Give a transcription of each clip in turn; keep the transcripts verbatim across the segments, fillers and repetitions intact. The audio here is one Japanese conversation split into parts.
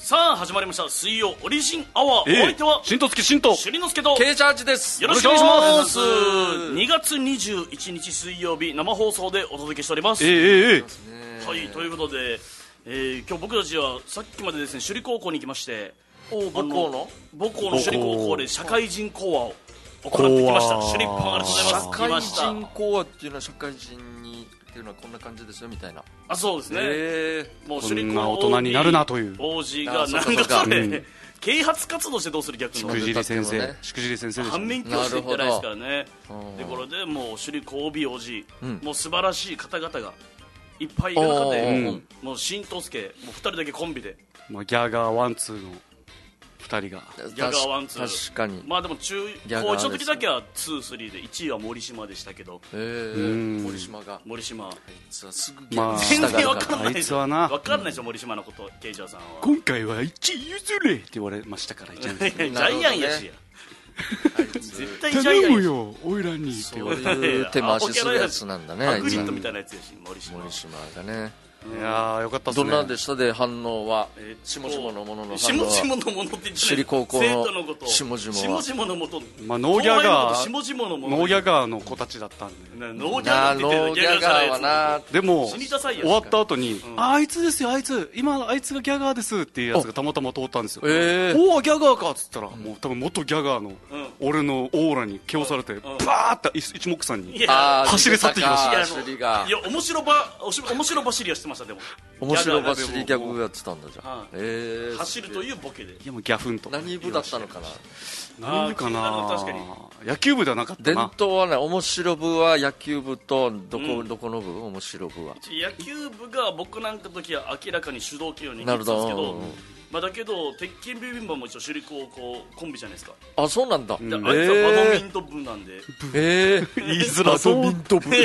さあ始まりました水曜オリジンアワー、 えー、 お相手は新とつき新と朱里之助とケイチャージです。 よろしくお願いします。 お願いします。 にがつにじゅういちにち水曜日生放送でお届けしております。 えー、えー、 えー、はいということで、えー、今日僕たちはさっきまでですね首里高校に行きまして、 お母校の母校の首里高校で社会人講話を行ってきました。首里パンありがとうございます。 社会人講話っていうのは社会人にっていうのはこんな感じですよみたいな。 あ、そうですね、 えー、もう首里高大人になるなという王子がなんかそれ、うん、啓発活動してどうする逆のしくじり先生、しくじり先生です、 反面教師って言ってないですからね。でこれでもう首里高 オービー 王子、うん、もう素晴らしい方々がいっぱいいる中で、うん、もう新とすけもうふたりだけコンビで、 まあ、ギャガーワンツーのふたりがギャガーワンツー確かに。 まあでも中高いちの時だけはツー、スリーでいちいは森島でしたけど、 えー、森島が森島あいつはすぐまあ全然分かんないでしょ。 分かんないでしょ森島のこと。ケイジャーさんは今回はいちい譲れって言われましたからジャイアンやしや絶対ジャイアン頼むよオイラにって言われた。 そういう手回しするやつなんだね。 アグリッドみたいなやつやし森島森島がね。 いやーよかったっすね。 どんなんでしたで反応は、えー、下々のものの反応は下々のものって言って首里高校の生徒のこと下々 は下々のもと、 まあ、ノーギャガー下々のものノーギャガーの子たちだったんで、 ノーギャガーって言ってるギャガーはな。 でも終わった後に、うん、あ, あいつですよあいつ今あいつがギャガーですっていうやつがたまたま通ったんですよ。 えー、 おおギャガーかっつったら、うん、もう多分元ギャガーの、うん、俺のオーラに気をされて、うん、バーって一目散に走り去ってきました。 いや面白ば面白走りはしてました。でも面白走りギャグやってたんだじゃん、はあえー、走るというボケで。いやもうギャフンと何部だったのかな。 何部かな。 確かに野球部ではなかったな。 伝統はね面白部は野球部とどこ、うん、どこの部面白部は野球部が僕なんかの時は明らかに主導権を握ってたんですけど、まあ、だけど鉄拳ビビンバも一応首里高校コンビじゃないですか。 あそうなんだ、 うん、あいつはバドミントン部なんで、 えー、言いづらそう。バドミントン部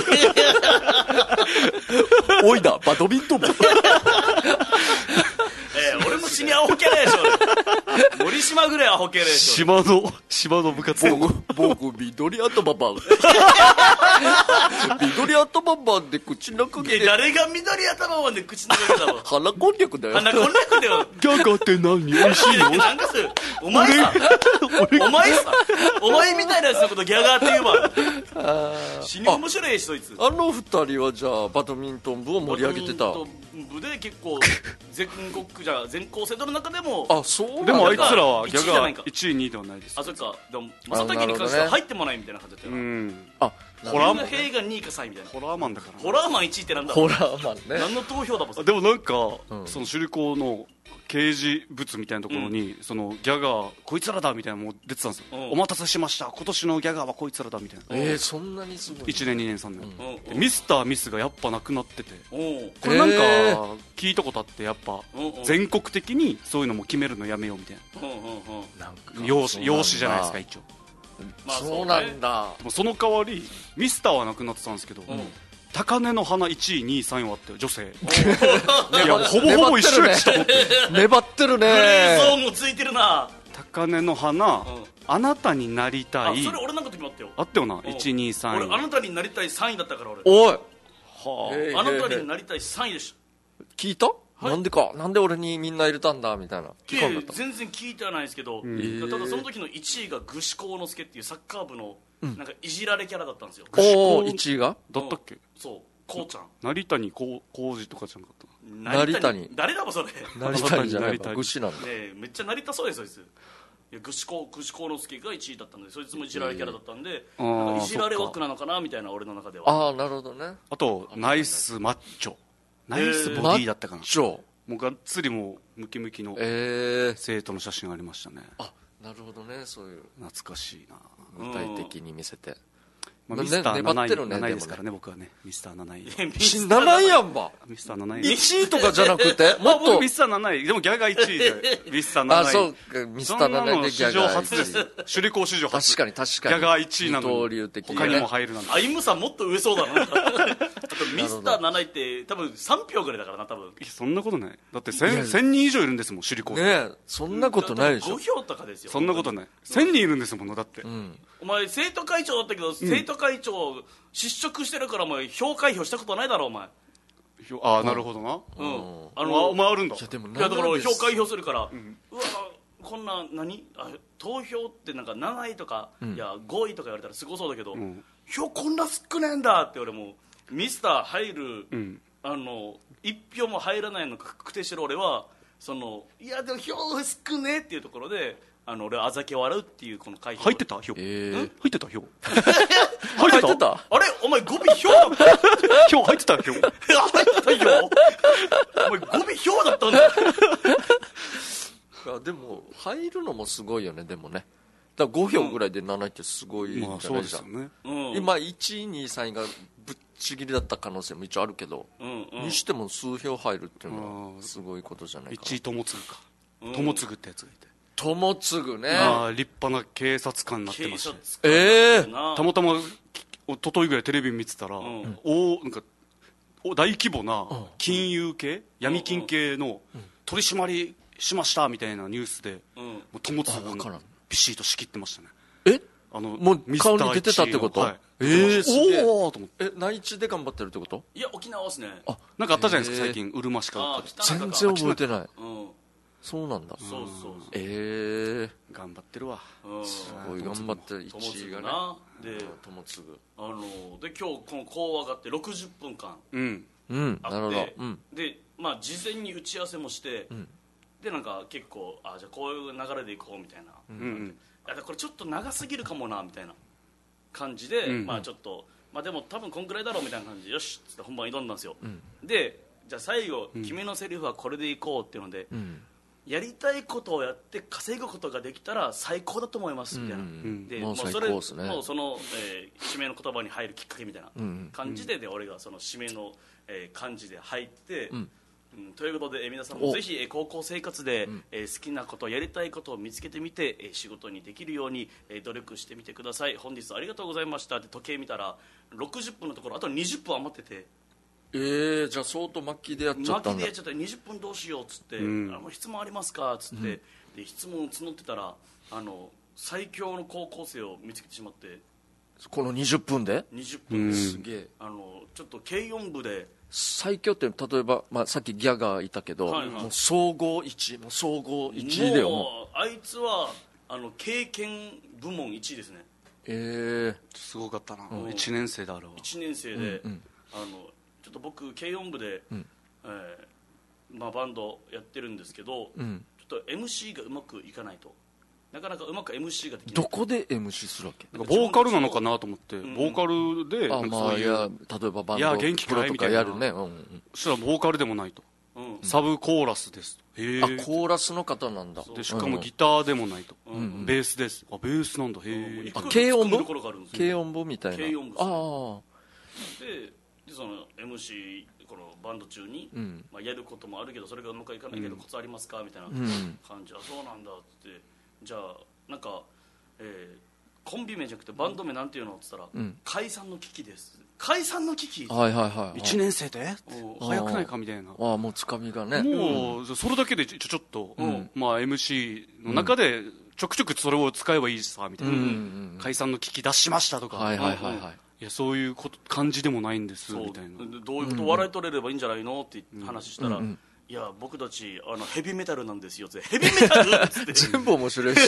おいだバドミントン部えー、俺も死にアホキャラやしょ森島ぐらいアホキャラやしょ。 島の島の部活の僕緑頭バン緑頭バンで口の中で誰が緑頭バンで口の中だろ。 鼻こんにゃくだよ。 鼻こんにゃくだよ。 ギャガーって何美味しいの。 なんかするお前さお前さお前みたいなやつのことギャガーって言うわ。死に面白いしそいつ。 あの二人はじゃあバドミントン部を盛り上げてた。 バドミントン部で結構全国じゃ全校生徒の中でも。 あそう。 でもあいつらはギャガーいちいにいではないです。 あそっか。でも正竹に関しては入ってもないみたいな感じだったよな。うん。 あホラーマン兵がにいかさんいみたいな。 ホラーマンだから。 ホラーマンいちいってなんだ。 ホラーマンね。 何の投票だもん。 でもなんか、うん、その首里高の掲示物みたいなところに、うん、そのギャガーこいつらだみたいなのも出てたんですよ、うん、お待たせしました今年のギャガーはこいつらだみたいな。 えー、そんなにすごい。 いちねんにねんさんねん、 うん、 ミスターミスがやっぱなくなってて、これなんか聞いたことあって、やっぱ全国的にそういうのも決めるのやめようみたいな、養子養子じゃないですか一応。 まあ、そうなんだ。 でもその代わりミスターはなくなってたんですけど、うん、高嶺の花いちいにいさんいはあって女性いやほぼほぼ一緒やしと思って粘ってるね。 グレーゾーンもついてるな。 高嶺の花、うん、あなたになりたい。 あそれ俺なんか時もあったよ。 あったよな、いちにさんい。 俺あなたになりたいさんいだったから俺。 おいはあ、あなたになりたいさんいでしょ。聞いた、はい、なんでかなんで俺にみんな入れたんだみたいな。 いやいや全然聞いてはないですけど、うん、ただその時のいちいが具志幸之助っていうサッカー部のなんかいじられキャラだったんですよ。 おおいちいがだったっけ。 そうこうちゃん成谷浩二とかじゃなかった成谷誰だもそれ。 成谷じゃないか。具志なんだ、 ね、めっちゃ成田そうですそいつ。いや具志幸之助がいちいだったんでそいつもいじられキャラだったんで、えー、なんかいじられ枠なのかなみたいな俺の中では。 ああなるほどね。 あとナイスマッチョナイスボディだったかな、 マッチョもうがっつりもうムキムキの生徒の写真ありましたね、 えー、あなるほどね。そういう懐かしいな具体的に見せて、 まあ、ミスターなない、ね、なないですからね僕はね。ミスターなないなないやんば。 ミスターなないいちいとかじゃなくてもっとミスターなないでもギャガいちいでミスターなない。 あそうかミスターなないでギャガ史上初ですよ。首里高史上初。 確かに確かにギャガいちいなのに二刀流的に、ね、 他にも入るなんて。 あイムさんもっと上そうだなあとミスターなないって多分さんぴょうぐらいだからな多分。 いやそんなことない。だってせんにん以上いるんですもん首里高。 ねえそんなことないでしょ。 ごひょうとかですよ。 そんなことない。せんにんいるんですもんだって、うん、 お前生徒会長だったけど、うん、生徒会長失職してるからお前票開票したことないだろお前。 ああなるほどな。 うん、 あのお前あるんだ。 いやでもいやだから票開票するから、うん、うわこんな何あ投票ってなんかなないとか、うん、いやごいとか言われたらすごそうだけど、うん、票こんな少ねえんだって俺もミスター入る、うん、あのいち票も入らないのか確定してる俺はそのいやでも票少ねえっていうところであの俺はあざけを笑うっていうこの回答入ってた票、えー、 入ってた票入ってたあれお前語尾票だった票入ってた票入ってた票お前語尾票だったんだでも入るのもすごいよね。でもねだからご票ぐらいでななってすごいんじゃないじゃん、まあそうですよね、うん、今いちいにさんいがぶっちぎりだった可能性も一応あるけど、うんうん、にしても数票入るっていうのはすごいことじゃないかな。 いちい友次か、うん、友次ってやつがいて友次ね、 あ立派な警察官になってました。 ええー、 たまたまおとといぐらいテレビ見てたら、うん、おなんかお大規模な金融系、うん、闇金系の取り締まりしましたみたいなニュースで、うん、もう友次をビシッと仕切ってましたね。 えあのもう顔に出てたってこと、はい、えー、すげえおーと思って。え内地で頑張ってるってこと？ いや沖縄ですね。 あなんかあったじゃないですか最近うるま市か全然覚えてない、うん、そうなんだ。 そうそうそう。 ええー、 頑張ってるわ。 すごい頑張ってる。いちいがねで友次あので今日この講話があってろくじゅっぷんかんうんうんなるほど、 うん、でまあ事前に打ち合わせもして、うん、でなんか結構あじゃあこういう流れでいこうみたいな、うんうん、いやこれちょっと長すぎるかもなみたいな感じで、うんうん、まあちょっとまあでも多分こんくらいだろうみたいな感じでよしっつって本番挑んだんですよ、うん、でじゃあ最後、うん、君のセリフはこれでいこうっていうので、うん、やりたいことをやって稼ぐことができたら最高だと思いますみたいな、うんうん、でもうそれもうその、えー、指名の言葉に入るきっかけみたいな感じで、うん、で俺がその指名の、えー、漢字で入って、うんうん、ということで、えー、皆さんもぜひ、えー、高校生活で、うんえー、好きなことやりたいことを見つけてみて、えー、仕事にできるように、えー、努力してみてください。本日ありがとうございましたって時計見たらろくじゅっぷんのところあとにじゅっぷん余ってて、 えー、じゃあ相当末期でやっちゃったんだ。 末期でやっちゃったにじゅっぷんどうしようっつって、うん、あの質問ありますかっつって、うん、で質問を募ってたらあの最強の高校生を見つけてしまって、 このにじゅっぷんでにじゅっぷんです、うん、すげえあのちょっと軽音部で最強って例えば、まあ、さっきギャガーいたけど、はいはい、もう総合いちもう総合いちでよ。もうあいつはあの経験部門いちいですね。 えー、 すごかったな、うん、いちねん生であるわ。 いちねん生で、うんうん、あのちょっと僕軽音部で、うんえーまあ、バンドやってるんですけど、うん、ちょっと エムシー がうまくいかないとなかなかうまく エムシー ができない。 どこで エムシー するわけ？ ボーカルなのかなと思って、うん、ボーカルであ、まあ、いや例えばバンドプロとかやるね、うんうん、 そしたらボーカルでもないと、うん、サブコーラスですと。 へー、あコーラスの方なんだ。 でしかもギターでもないと、うんうん、ベースです。あベースなんだ。へえ。 軽音部軽音部みたいな。 軽音部ですね。あででその エムシー このバンド中に、うんまあ、やることもあるけどそれがうまくいかないけど、うん、コツありますかみたいな感じ、うん、あそうなんだってじゃあなんか、えー、コンビ名じゃなくてバンド名なんていうのって言ったら、うん、解散の危機です。解散の危機、 はいはいはい、 いちねん生で早くないかみたいな。 ああもうつかみがねもう、うん、それだけでちょちょっと、うんまあ、エムシー の中でちょくちょくそれを使えばいいさみたいな、うんうんうん、解散の危機出しましたとか、 はいはいはいはい、 いやそういうこと感じでもないんですみたいな。 どういうこと笑い取れればいいんじゃないのって話したら、うんうんうんいや僕たちあのヘビメタルなんですよってヘビメタルっつって全部面白いし、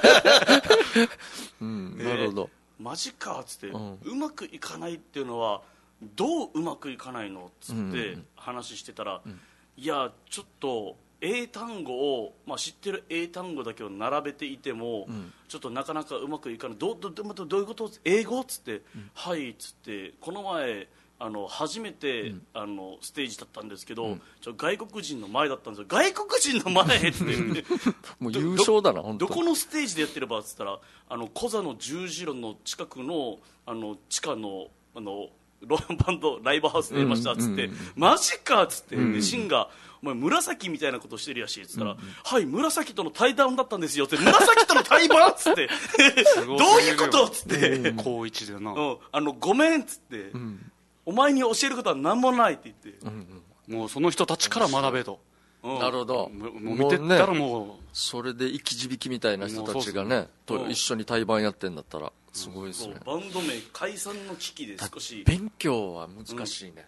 うん、なるほど、 えー、マジかっつって、うん、うまくいかないっていうのはどううまくいかないのっつって話してたら、うんうん、いやちょっと英単語を、まあ、知ってる英単語だけを並べていても、うん、ちょっとなかなかうまくいかない。どどどどういうこと英語っつって、うん、はいっつってこの前あの初めて、うん、あのステージだったんですけど、うん、ちょ外国人の前だったんですよ。外国人の前ってもう優勝だな本当。 どこのステージでやってればっつったらあのコザの十字路の近くのあの地下のあのローバンドライブハウスでやりましたっつって、うんうんうん、マジかっつって、うんうん、でシンがお前紫みたいなことしてるやしっつったら、うんうん、はい紫との対談だったんですよって紫との対バンっつってどういうことっつって、 高一だな、 うん、あのごめんっつって、うんお前に教えることは何もないって言って、うんうん、もうその人たちから学べと、 うん、なるほど。 もう見てったらもう、ね、 それで生き字引なみたいな人たちがねと一緒に対バンやってんだったらすごいですね、 うん、バンド名解散の危機で少し勉強は難しいね、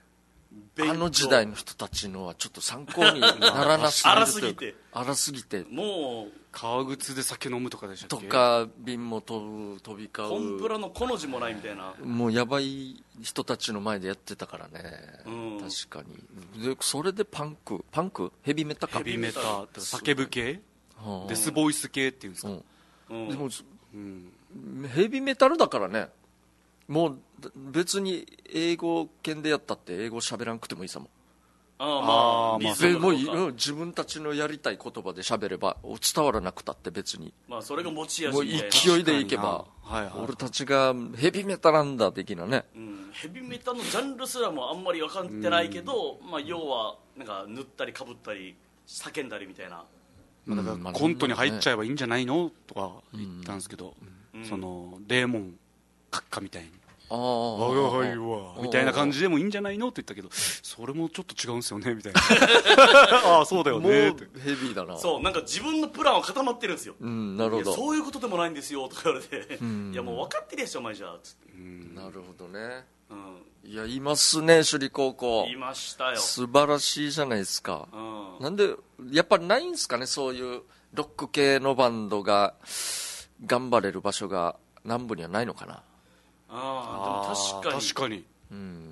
あの時代の人たちのはちょっと参考にならなすぎる荒すぎて荒すぎてもう革靴で酒飲むとかでしたっけとか瓶も飛ぶ飛び交うコンプラのこの字もないみたいなもうやばい人たちの前でやってたからね、うん、確かにでそれでパンクパンクヘビメタかヘビメタ叫ぶ系デスボイス系っていうんですか、 うん、でも、うん、ヘビメタルだからねもう別に英語圏でやったって英語喋らんくてもいいさもんああまあ、まあ、 でもう自分たちのやりたい言葉で喋れば伝わらなくたって別にまあそれが持ち味もう勢いでいけば、はいはい、俺たちがヘビメタなんだ的なね、 うん、ヘビメタのジャンルすらもあんまり分かってないけど、まあ、要はなんか塗ったりかぶったり叫んだりみたいな、 まあ、だからコントに入っちゃえばいいんじゃないのとか言ったんですけど、うん、そのデーモン閣下みたいにあ我が輩はみたいな感じでもいいんじゃないのって言ったけどそれもちょっと違うんですよねみたいなああそうだよねってもうヘビーだなそうなんか自分のプランは固まってるんですよ、 うん、なるほどそういうことでもないんですよとか言われて、うん、いやもう分かってるやしお前じゃあつって、 うん、なるほどね、うん、いやいますね首里高校いましたよ素晴らしいじゃないですか、うん、なんでやっぱりないんですかねそういうロック系のバンドが頑張れる場所が南部にはないのかなああでも確かに確かに、 うん、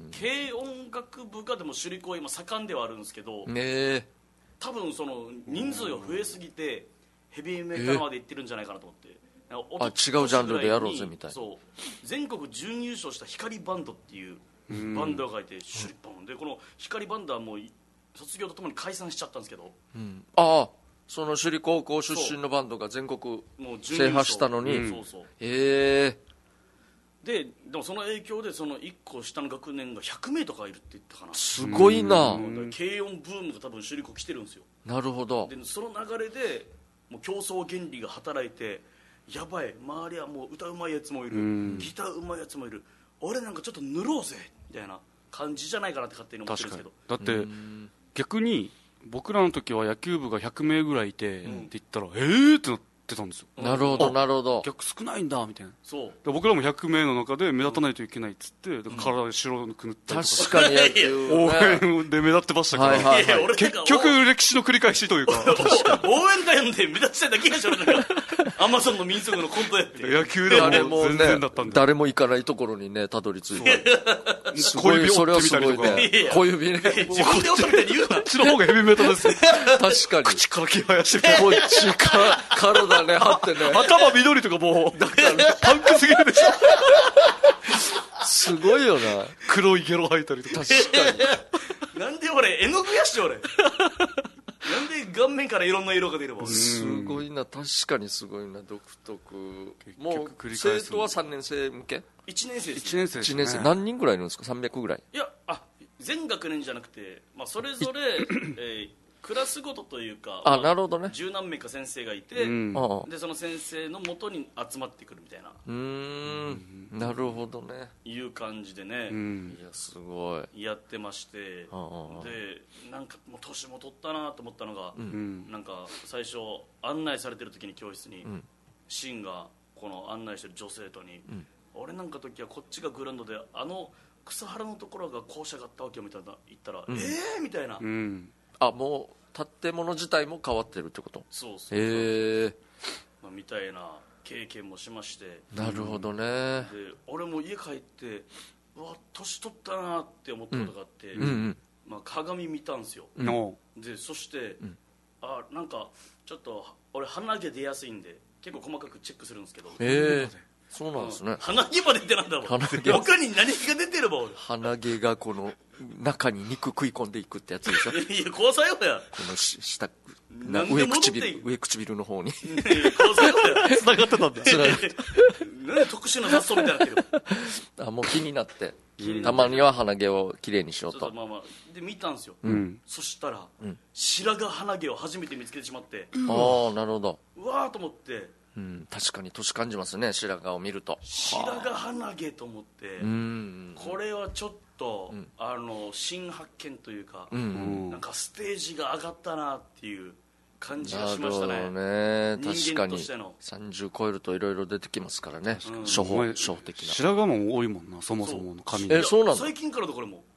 軽音楽部がでも首里高今盛んではあるんですけど、 ね、 多分その人数が増えすぎてヘビーメタルまで行ってるんじゃないかなと思って、 あ違うジャンルでやろうぜみたいなそう全国準優勝した光バンドっていうバンドがいて、うん、首里バンドでこの光バンドはもう卒業とともに解散しちゃったんですけど、 うん、ああその首里高校出身のバンドが全国制覇したのに、 うん、そうそうへえで, でもその影響でそのいっこ下の学年がひゃく名とかいるって言ったかなすごいな、 うん、軽音ブームが多分首里高来てるんですよなるほどでその流れでもう競争原理が働いてやばい周りはもう歌うまいやつもいる、うん、ギターうまいやつもいる俺なんかちょっと塗ろうぜみたいな感じじゃないかなって勝手に思ってるんですけどだって逆に僕らの時は野球部がひゃく名ぐらいいて、うん、って言ったらえーってなってってたんですよなるほどなるほど逆少ないんだみたいなそう僕らもひゃく名の中で目立たないといけないっつって、うん、体白く塗ったりとか確かに野球、 応援で目立ってましたから、はいはいはい、結局歴史の繰り返しというか応援団で目立ちたいだけやしょ俺なんかアマゾンの民族のコントやって野球でも全然だったんで、 ね、誰も行かないところにねたどり着いて小指折ってみたりとか小指ね自分で折ったみたいに言うなこっちの方がヘビメタですよ確かに口から気生やしてこっちから体ね張ってね頭緑とかもうだから、ね、パンクすぎるでしょすごいよな黒いゲロ吐いたりとか確かになんで俺絵の具やし俺なんで顔面からいろんな色が出ればすごいな確かにすごいな独特もう生徒はさんねん生向けいちねん生です、ね、 いちねん生ですね、 いちねん生何人ぐらいいるんですかさんびゃくぐらいいやあ全学年じゃなくて、まあ、それぞれ、えークラスごとというか、 あ、まあ、なるほどね十何名か先生がいて、うん、でその先生の元に集まってくるみたいなうーんなるほどねいう感じでね、 うん、いやすごいやってましてでなんかもう年も取ったなと思ったのが、うん、なんか最初案内されてる時に教室に、うん、シンがこの案内してる女生徒に、うん、俺なんか時はこっちがグラウンドであの草原のところが校舎があったわけよみたいな言ったら、うん、えーみたいな、 うんあもう建物自体も変わってるってことそうそうそう、 へー、 まあ、みたいな経験もしましてなるほどねで俺も家帰ってうわ年取ったなって思ったことがあって、うんうんうんまあ、鏡見たんですよ、うん、でそして、うん、あなんかちょっと俺鼻毛出やすいんで結構細かくチェックするんですけどへーそうなんですね、うん、 鼻毛まで出てなんだもん他に何が出てれば俺鼻毛がこの中に肉食い込んでいくってやつでしょいや交際よやこの下上唇上唇の方に交際よや繋がってたんだ繋がって何特殊な雑草みたいになってるあもう気になってたまには鼻毛をきれいにしようとそうそうまあまあで見たんですよ、うん、そしたら、うん、白髪鼻毛を初めて見つけてしまって、 うん、ああなるほどうわーと思ってうん、確かに年感じますね白髪を見ると白髪鼻毛と思ってうんこれはちょっと、うん、あの新発見というか、うんうん、なんかステージが上がったなっていう感じがしましたね。 なるほどね確かにさんじゅう超えるといろいろ出てきますからね、うん、初歩初歩的な白髪も多いもんなそもそもの髪えそうなんだ最近からだこれも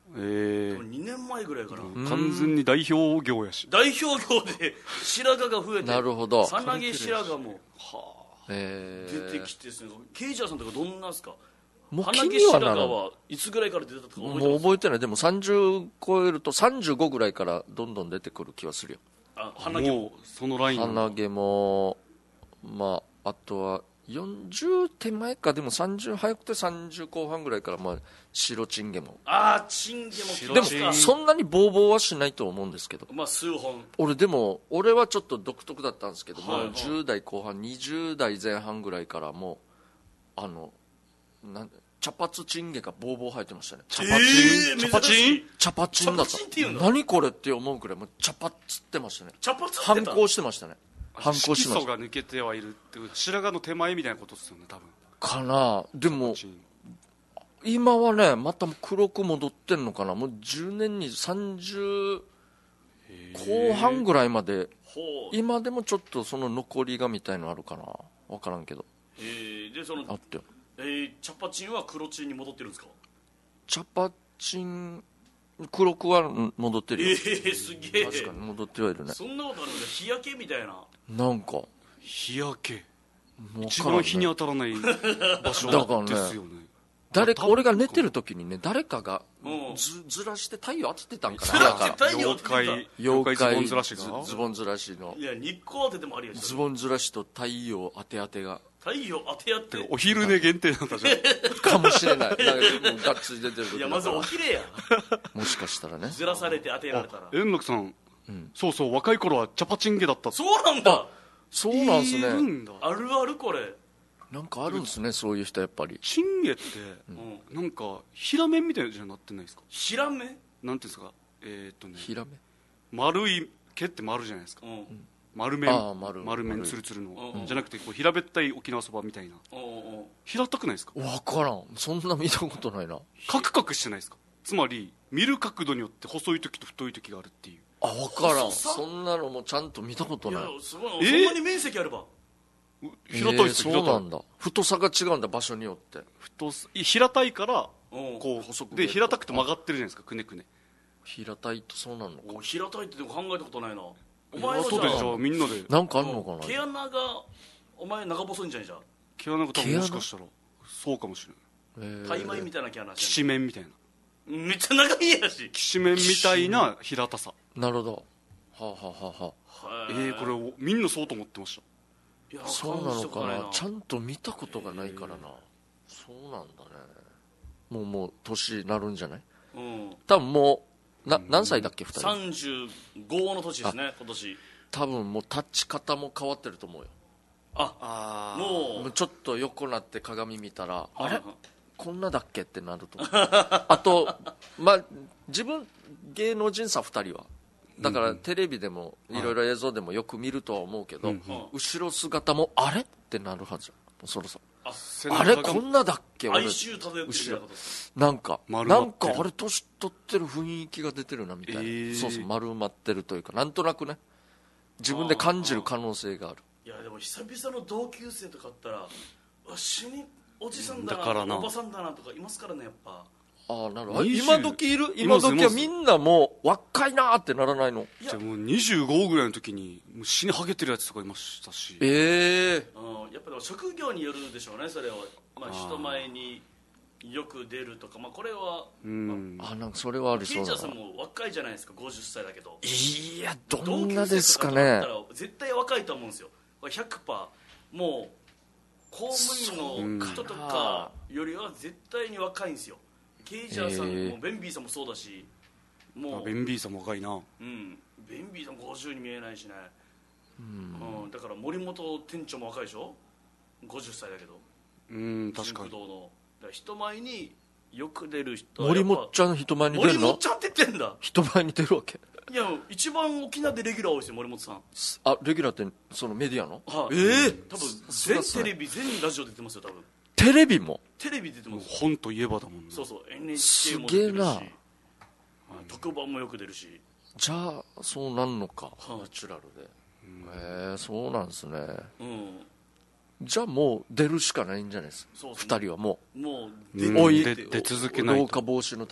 えー、にねんまえぐらいかな、 完全に代表業やし、 代表業で白髪が増えて、 なるほど、 さなげ白髪もはあ、 えー、 出てきてですね、ケイジャーさんとかどんなんですか？ もう鼻毛白髪はいつぐらいから出たとか覚えてます？ もう覚えてない。でもさんじゅう超えるとさんじゅうごぐらいからどんどん出てくる気はするよ。 あ、鼻毛もそのライン、 鼻毛も、まあ、あとはよんじゅう手前か、でもさんじゅう早くてさんじゅう後半ぐらいから、まあ、白チンゲも、 ああチンゲもでもそんなにボーボーはしないと思うんですけど、 まあ数本、 俺でも俺はちょっと独特だったんですけども、 はいはい、 じゅう代後半にじゅう代前半ぐらいからもうあのなん茶髪チンゲがボーボー生えてましたね。 茶髪、 えー、 茶髪茶髪チンだった。 茶髪っていうの？ 何これって思うくらいもう茶髪つってましたね。 茶髪ってた反抗してましたね。反抗色してました素が抜けてはいるっていう、白髪の手前みたいなことですよね、多分。 かな。でも今はねまた黒く戻ってんのかな。もうじゅうねんにさんじゅう後半ぐらいまで、今でもちょっとその残りがみたいのあるかな、分からんけど。 えー、でそのあって、 えー、茶髪チンは黒チンに戻ってるんですか？ 茶髪チン黒くは戻ってるよ。 えー、すげえ。 確かに戻ってはいるね。 そんなことあるんだ。日焼けみたいな。 なんか日焼け、 もう一番日に当たらない場所ですよね。 誰か俺が寝てる時にね、誰かがうんずずらして太陽当ててたんかずな。 らして太陽妖怪妖怪ズボンずらしがズボンずらしのいや日光当ててもありやしズボンずらしと太陽当て当てが太陽当てやってお昼寝限定なんだじゃん。 かもしれない。なんかもうガッツリ出てる時いやまず起きれやもしかしたらね。 ずらされて当てられたら。 円楽さん、うん、そうそう、若い頃は茶パチンゲだったって。 そうなんだ。 そうなんすね。 いるんだ。 あるあるこれ。 なんかあるんですね、そういう人やっぱり。 チンゲって、 うん、 なんか平面みたいじゃなってないですか？ 平面なんていうんですか、えー、っとね平面丸い毛って丸じゃないですか、 うん、 丸面、 あ丸丸面ツルツルの、 うん、 じゃなくてこう平べったい沖縄そばみたいな、 うん、 平たくないですか？ 分からん、そんな見たことないな。 カクカクしてないですか？つまり見る角度によって細い時と太い時があるっていう。 あ、分からん、そんなのもちゃんと見たことない。 いやすごい、えー、そんなに面積あれば平たいっす、 えー、そうなんだ。太さが違うんだ、場所によって。 太す平たいからこう細くで、平たくて曲がってるじゃないですか、くねくね。 平たいとそうなのか。 お平たいってでも考えたことないな。お前のじゃあみんなでなんかあるのかな。 毛穴がお前長細いんじゃないじゃん。 毛穴が多分もしかしたらそうかもしれない。 タイマイみたいな毛穴。 きしめんみたいな。 めっちゃ長いやし。 きしめんみたいな平たさ。 なるほど。はあ、はあはあはあ、えー、これみんなそうと思ってました。 いやそうなのかな。ちゃんと見たことがないからな。そうなんだね。もうもう年なるんじゃない？うん、多分もうな何歳だっけふたり？ さんじゅうごの年ですね今年。 多分もう立ち方も変わってると思うよ。 ああもうもうちょっと横なって鏡見たらあれこんなだっけってなると思うあとまあ自分芸能人さふたりはだからテレビでもいろいろ映像でもよく見るとは思うけど、うんうん、後ろ姿もあれってなるはず。そろそろ あ, あれこんなだっけ俺後ろなんかなんかあれ年取ってる雰囲気が出てるなみたいな、えー、そうそう丸まってるというかなんとなくね自分で感じる可能性がある。 いやでも久々の同級生とかあったら死におじさんだな、なおばさんだなとかいますからねやっぱ。 ああなるほど。今時いる今時はみんなもう若いなってならないの？ いやもうにじゅうごぐらいの時にもう死にハゲてるやつとかいましたし。 ええー、うん、やっぱ職業によるでしょうねそれは。まあ、人前によく出るとか、まあ、これは、 うんまあ、あなんかそれはありそうだな。 ケイジャーさんも若いじゃないですかごじゅっさいだけど。 いやどんなですかね。 絶対若いと思うんですよ ひゃくパーセント。もう公務員の人とかよりは絶対に若いんですよ。ケイジャーさんも、えー、ベンビーさんもそうだしもうベンビーさんも若いな。 うんベンビーさんごじゅうに見えないしね、うんうん、だから森本店長も若いでしょごじゅっさいだけど。 うん確かに。 のだから人前によく出る人は森本ちゃん人前に出るの？ 森本ちゃんって言ってんだ。 人前に出るわけ？ いや一番沖縄でレギュラー多いですよ森本さん。 あレギュラーってそのメディアの？ はい、 ええー、 多分全テレビ全ラジオ出てますよ多分。 テレビも？ テレビ出てます。 本といえばだもんね。 そうそう エヌエイチケー も出てるし。すげえな。特番もよく出るし。 じゃあそうなんのか、はあ、ナチュラルで。へえー、そうなんですね。うんじゃあもう出るしかないんじゃないですか。ふたりはもうもう出, 出, 出続けないと老化防止のために。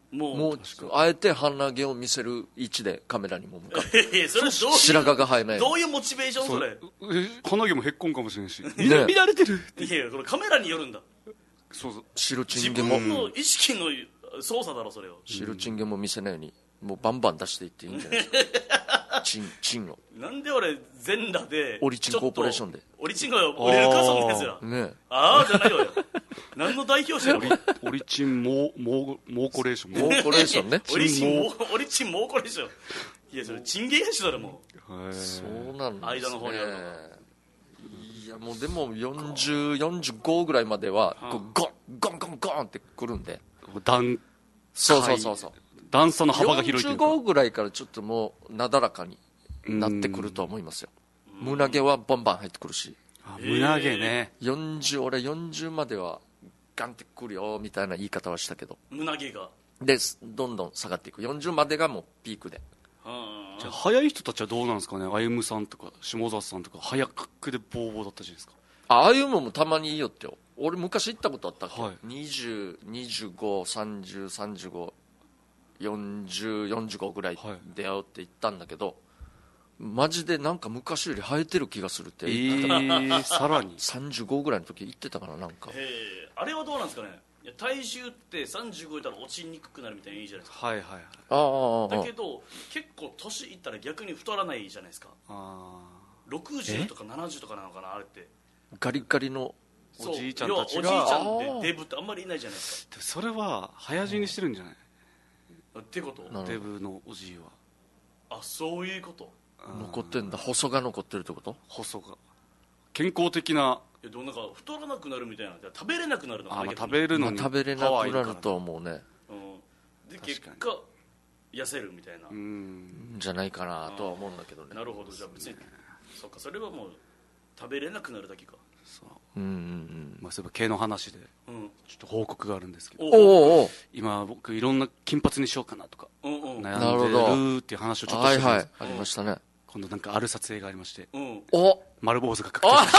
もうもうあえて鼻毛を見せる位置でカメラにも向かっていやそれどういう白髪が生えないどういうモチベーションそれ鼻毛もへっこんかもしれんし、ね、見られてるいやいやこれカメラによるんだ。 そうそう白チ自ンゲも分の意識の操作だろそれを。 白チンゲも見せないようにもうバンバン出していっていいんじゃないですかチンチンをなんで俺全裸でオリチンコーポレーションでオリチンが降りるかそんなやつらねああじゃないよ何の代表してるのオリチンモーモーモーコレーションモーコレーションねオリチンモーオリチンモーコレーションいやそれチンゲやしだろもうそうなんですね間の方にあるのいやもうでもよんじゅう、よんじゅうごぐらいまではこうゴンゴンゴンゴンってくるんで段そうそうそうそう段差の幅が広いというかよんじゅうごぐらいからちょっともうなだらかになってくると思いますよ。胸毛はバンバン入ってくるしあ胸毛ねよんじゅう俺よんじゅうまではガンってくるよみたいな言い方はしたけど胸毛がでどんどん下がっていくよんじゅうまでがもうピークでじゃあ早い人たちはどうなんですかね。歩さんとか下里さんとか早くでボーボーだったじゃないですか。 ああいうのもたまにいいよってよ俺昔行ったことあったっけ、 はい、 にじゅう、にじゅうご、さんじゅう、さんじゅうご、よんじゅう、よんじゅうごぐらい出会うって言ったんだけど、はい、マジでなんか昔より生えてる気がするって言ってた、えー、さらにさんじゅうごぐらいの時言ってたかななんかへあれはどうなんですかね。いや体重ってさんじゅうごいたら落ちにくくなるみたいなのいいじゃないですか。 はいはいはいあだけど結構年いったら逆に太らないじゃないですか。あろくじゅうとかななじゅうとかなのかなあれってガリガリのおじいちゃんたちがおじいちゃんってデブってあんまりいないじゃないですか。 それは早死にしてるんじゃない、 うん、ってことデブのおじいはあそういうこと残ってんだ細が残ってるってこと細が健康的ないやでもなんか太らなくなるみたいな食べれなくなるのかな。 あ、まあ、食べるのに食べれなくなると思うね、 うん、で結果痩せるみたいなうんじゃないかなとは思うんだけどね。 なるほどじゃあ別にそっかそれはもう食べれなくなるだけか。 そううんうんうんまあ、そういえば毛の話でちょっと報告があるんですけど、 うん、おお今僕いろんな金髪にしようかなとか悩んでるっていう話をちょっとしてたんです。 はいはいありましたね。 今度なんかある撮影がありまして、 うん、 お丸坊主が確定しました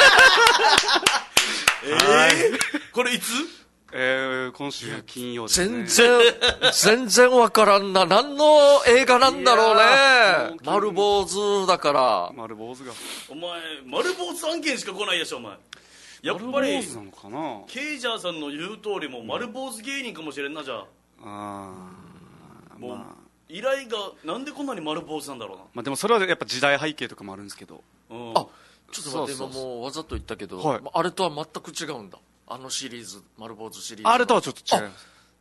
えー、これいつえー、今週金曜ですね。 全然全然わからんな何の映画なんだろうね。丸坊主だから丸坊主がお前丸坊主案件しか来ないでしょお前。やっぱり丸坊主なのかな。 ケイジャーさんの言う通りもう丸坊主芸人かもしれんな。じゃあああもう、まあ、依頼がなんでこんなに丸坊主なんだろうな。 まあでもそれはやっぱ時代背景とかもあるんですけど、 うん、あちょっと待って今もうわざと言ったけど、はい、あれとは全く違うんだ。あのシリーズ丸坊主シリーズあれとはちょっと違います。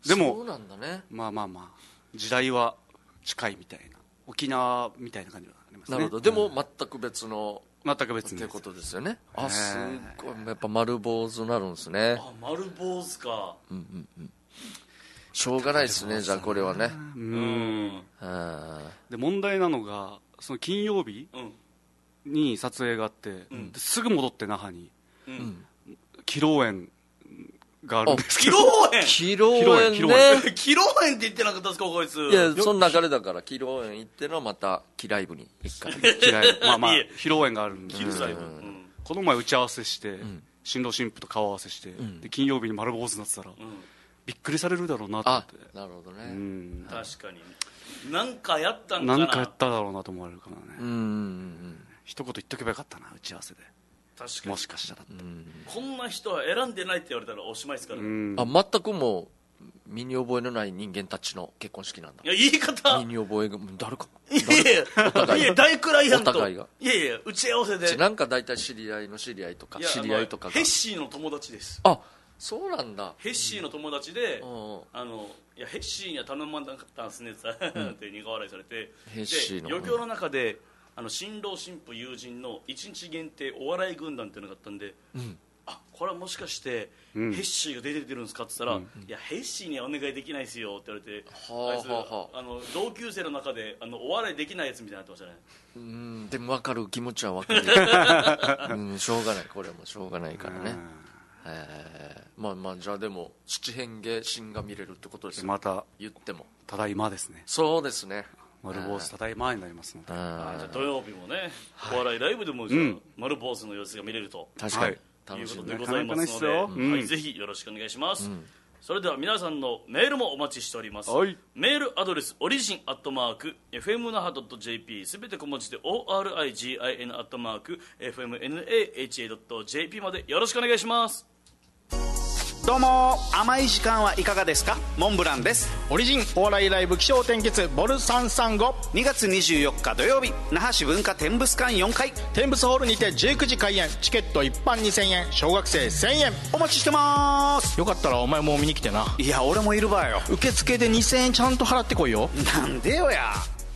でもそうなんだね。 まあまあまあ時代は近いみたいな沖縄みたいな感じはありますね。 なるほど。でも全く別の全く別ってことですよね。あすごいやっぱ丸坊主になるんですね。 あ丸坊主か。 うんうんうんしょうがないですね。じゃあこれはねうんで問題なのがその金曜日に撮影があって、うん、すぐ戻って那覇に、うん、披露宴があるんですけど。 披露宴披露宴ね披露宴って言ってなかったですかこいつ。 いやその流れだから披露宴行ってのまたキライブに一回キライブまあまあ披露宴があるんで、 うん、 この前打ち合わせして、うん、新郎新婦と顔合わせして、うん、で金曜日に丸坊主になってたら、うんびっくりされるだろうなと思って。 あなるほどね、 うん、 確かに何かやったんかな何かやっただろうなと思われるからね。 うんうんうん一言言っとけばよかったな打ち合わせで。 確かにもしかしたらって、 うん、こんな人は選んでないって言われたらおしまいですからね、うん、 あ全くもう身に覚えのない人間たちの結婚式なんだ。 いや言い方身に覚えが誰かいやいやお互いいや大くらいやんとお互いがいやいや打ち合わせでなんか大体知り合いの知り合いとか知り合いとかがヘッシーの友達です。 あそうなんだ。 ヘッシーの友達で、 うん、 あのいやヘッシーには頼まなかったんですねって苦笑いされて、 ヘッシーので余興の中であの新郎新婦友人のいちにち限定お笑い軍団っていうのがあったんで、うん、あこれはもしかして、うん、ヘッシーが出てるんですかって言ったら、うん、いやヘッシーにはお願いできないですよって言われて、 はああいつ、はあ、あの同級生の中であのお笑いできないやつみたいになってましたね。 うんでも分かる気持ちは分かる、うん、しょうがないこれはもうしょうがないからね。えー、まあまあじゃあでも七変化新が見れるってことですよ。 また言ってもただいまですね。 そうですね丸坊主ただいまになりますので、 あじゃあ土曜日もね、はい、お笑いライブでも、うん、丸坊主の様子が見れると確かに、 はい、いうことでございますので、うん、はい、ぜひよろしくお願いします、うんそれでは皆さんのメールもお待ちしております、 はい、 メールアドレスオリジンアットマーク エフエム 那覇 .jp すべて小文字で オーアールアイジン アットマーク エフエム ナハ ドット ジェーピー までよろしくお願いします。 どうも甘い時間はいかがですか。モンブランです。 オリジンお笑いライブ起承転結ボルさんさんごにがつにじゅうよっか土曜日那覇市文化天物館よんかい天物ホールにてじゅうくじ開演。チケット一般にせんえん小学生せんえん。 お待ちしてます。 よかったらお前も見に来てな。 いや俺もいるわよ。 受付でにせんえんちゃんと払ってこいよ。 なんでよや。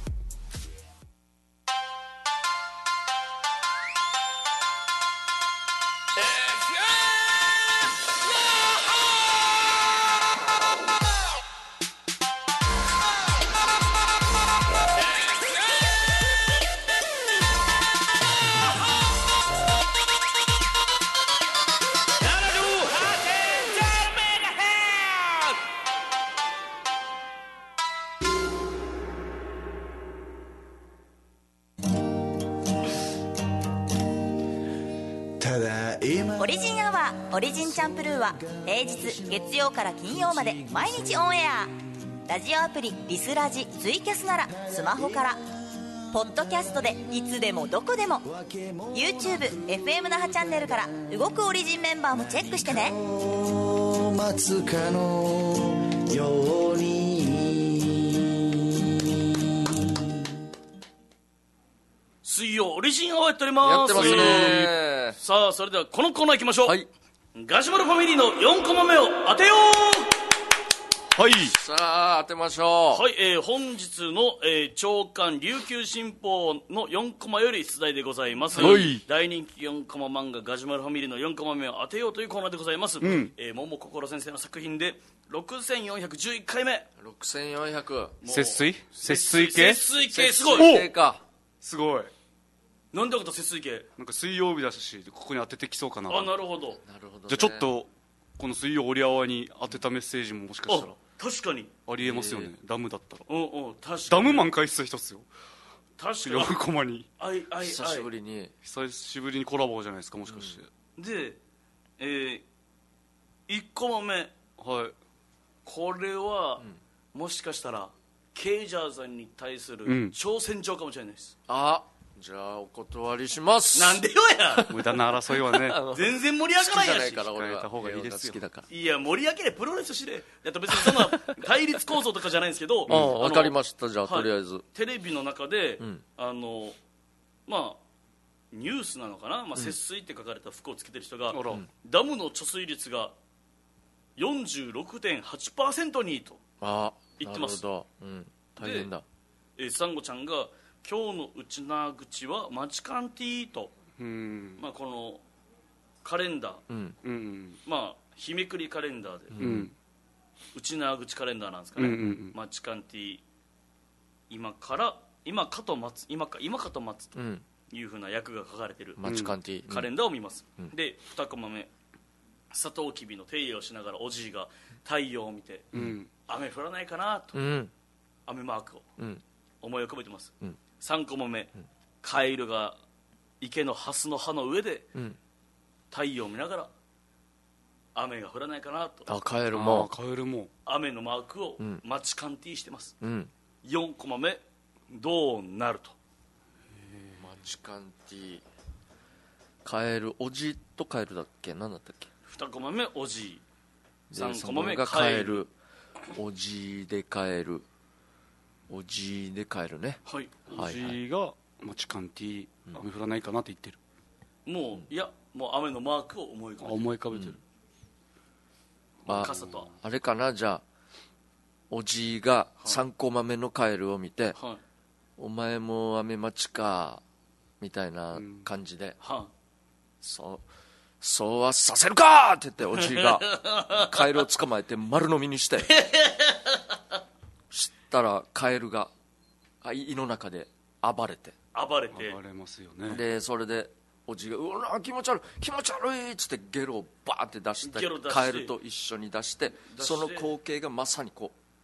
オリジンアワーオリジンチャンプルーは平日月曜から金曜まで毎日オンエア。ラジオアプリリスラジツイキャスならスマホから、ポッドキャストでいつでもどこでも YouTube、エフエム 那覇チャンネルから動くオリジンメンバーもチェックしてね。 待つかのように水曜オリジンアワーやっております。 やってますね。 さあそれではこのコーナー行きましょう、 はい、 ガジュマルファミリーのよんコマ目を当てよう。 はい、 さあ当てましょう。 はい、えー、本日の、えー、朝刊琉球新報のよんコマより出題でございます、 はい、 大人気よんコマ漫画ガジュマルファミリーのよんコマ目を当てようというコーナーでございます、うんえー、桃心先生の作品でろくせんよんひゃくじゅういっかいめろくせんよんひゃく節水節水系節水系すごい節水系か。 すごい。 なんでわかった節水系。 なんか水曜日だしここに当ててきそうかな。 あ、なるほど。 なるほど、ね、 じゃあちょっとこの水曜折り合わに当てたメッセージももしかしたら確かにありえますよね。ダムだったら。 うんうん確かにダム満開室一つよ。 確かによんコマにあいあい久しぶりに久しぶりにコラボじゃないですかもしかして、 うん、でえー、いっコマ目はいこれは、うん、もしかしたらケイジャーさんに対する挑戦状かもしれないです、 うん、あじゃあお断りします。 なんでよや無駄な争いはね全然盛り上がらないやし。 好きじゃないから俺は控えた方がいいですよ。 好きだから。 いや盛り上げれプロレスしれ。だって別にそんな対立構造とかじゃないんですけどあ分かりました。じゃあ、はい、とりあえずテレビの中で、 うん、 あのまあニュースなのかな、まあ、節水って書かれた服をつけてる人が、うん、ダムの貯水率が よんじゅうろくてんはちパーセント にと言ってます。 なるほど、うん、大変だ。 でサンゴちゃんが今日のうちなぐちはマチカンティーと、 うんまあ、このカレンダー、 うんうん、 まあ日めくりカレンダーで、 うん、 うちなぐちカレンダーなんですかね、 うんうんうん、 マチカンティー今から今かと待つ今か今かと待つというふうな訳が書かれている、 マチカンティーカレンダーを見ます、 うん、 でにコマ目サトウキビの手入れをしながらおじいが太陽を見て、うん、雨降らないかなと、うん、雨マークを思い浮かべてます、うん、さんコマ目、うん、カエルが池のハスの葉の上で、うん、太陽を見ながら雨が降らないかなと。 あカエルもカエルも雨のマークをマチカンティーしてます、 うん、 よんコマ目どうなると。 マチカンティーカエルおじとカエルだっけ何だったっけ。 にコマ目おじいさんコマ目がカエルおじでカエルおじでカエルね、 はい、 おじがマチカンティー雨降らないかなって言ってる、 うん、もういやもう雨のマークを思い浮かべてる思い浮かべてる、うんまあ、 傘とはあれかな。じゃあおじがさんコマ目のカエルを見て、はい、お前も雨待ちかみたいな感じで、うんはあ、そうそうはさせるかって言っておじがカエルを捕まえて丸飲みにしてしたらカエルが胃の中で暴れて暴れて暴れますよね。 でそれでおじがうわ気持ち悪い気持ち悪いっつってゲロをバーって出して出してカエルと一緒に出してその光景がまさにこう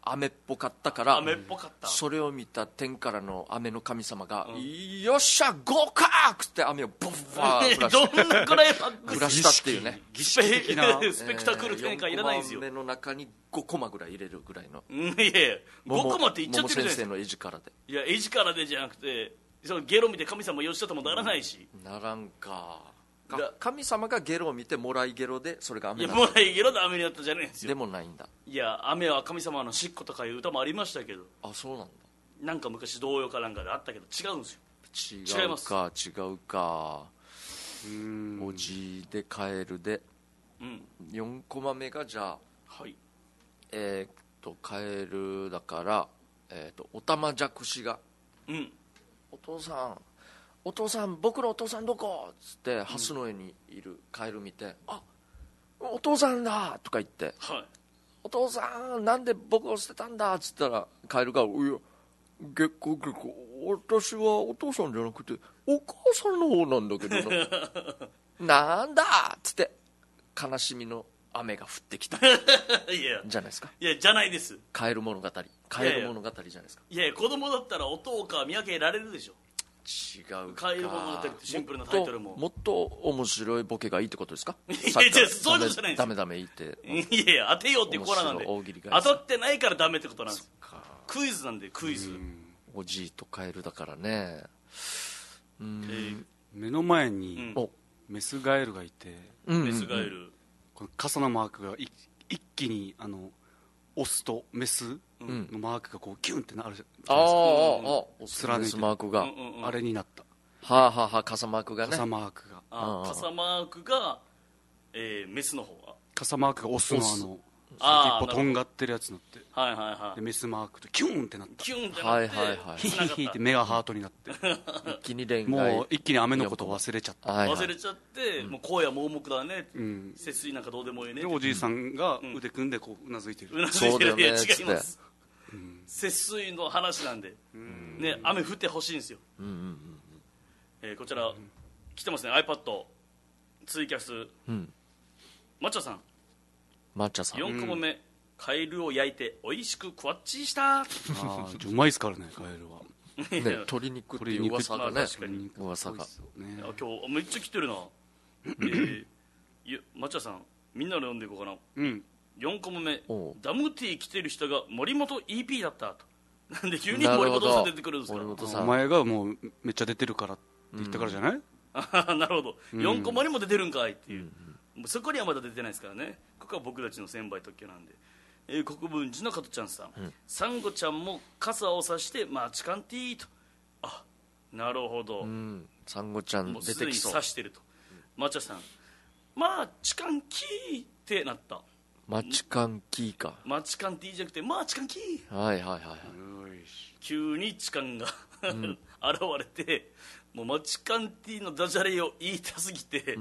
雨っぽかったから雨っぽかった。 それを見た天からの雨の神様が、うん、よっしゃ合格って雨をボッバー降らしたどんなくらい降らしたっていうね儀式的なスペクタクル展開いらないんですよ。 よんコマ目の中にごコマぐらい入れるぐらいの、 うん、いやいやごコマって言っちゃってるじゃないですか。 桃先生の絵力で。 いや絵力でじゃなくてそのゲロ見て神様よっしゃともならないし、 うん、ならんか神様がゲロを見てもらいゲロでそれが雨になった。いやもらいゲロで雨になったじゃないんですよ。 でもないんだ。 いや雨は神様のしっことかいう歌もありましたけど。 あそうなんだ。 なんか昔童謡かなんかであったけど違うんですよ。 違うか違うかうーんおじでカエルで、うん、よんコマ目がじゃあ、はい、えー、っとカエルだから、えー、っとおたまじゃくしが、うん、お父さんお父さん僕のお父さんどこっつってハスの上にいるカエル見て、うん、あお父さんだとか言って、はい、お父さんなんで僕を捨てたんだっつったらカエルがいや結構結構私はお父さんじゃなくてお母さんの方なんだけどななんだっつって悲しみの雨が降ってきたいやじゃないですか。 いやじゃないです。 カエル物語カエル物語じゃないですか。 いやいや子供だったら音をか見分けられるでしょ。 違うかカエル物語ってシンプルなタイトルももっと面白いボケがいいってことですか。 いやいやそういうことじゃないんですよ。 ダメダメいいっていやいや当てようっていうコーナーなんで当たってないからダメってことなんです。クイズなんでクイズ。 おじいとカエルだからね。 うん、えー、目の前にメスガエルがいて、 うん、メスガエルこの傘のマークが一気にあのオスとメスのマークがこうキュンってなるじゃないですか。ああああオスメスマークがあれになった。 はあはあはあ傘マークがね。 傘マークがあ傘マークが、えー、メスの方が傘マークがオスのあの先っぽとんがってるやつになって、 はいはいはい、 でメスマークとキュンってなった。 キュンってなって、 はいはいはい、 ヒヒヒって目がハートになって一気に恋愛もう一気に雨のことを忘れちゃった、 はいはい、忘れちゃって、うん、もう荒野盲目だね、うん、節水なんかどうでもいいね。 でおじいさんが腕組んでこううなずいてる、 うなずいてる。いや違います、うん、節水の話なんで、うん、ね、雨降ってほしいんですよ、うんうんうん、えー、こちら、うん、来てますね iPad ツイキャス、うん、マッチャさん抹茶さんよんコマ目、うん、カエルを焼いて美味しくクワッチしたあうまいですからねカエルはね、鶏肉っていう噂がね、噂が、 ね、今日めっちゃ来てるなえー、抹茶さんみんなで読んでいこうかな、うん、よんコマ目ダムティー来てる人が森本 イーピー だったと。なんで急に森本さん出てくるんですか。 お前がもうめっちゃ出てるからって言ったからじゃない、 うん、なるほど、うん、よんコマにも出てるんかいっていう、うん、そこにはまだ出てないですからね。ここは僕たちの先輩特許なんで、えー、国分寺の加トちゃんさん、うん、サンゴちゃんも傘を差してマーチカンティーと。あ、なるほど、うん、 サンゴちゃん出てきそう。もうすでに差してると、うん、マチャさんマーチカンキーってなった。 マチカンキーか。 マチカンティーじゃなくてマーチカンキー。 はいはいはい、はい、 急に痴漢がうん、現れて、もうマチカンティーのダジャレを言いたすぎて、うん、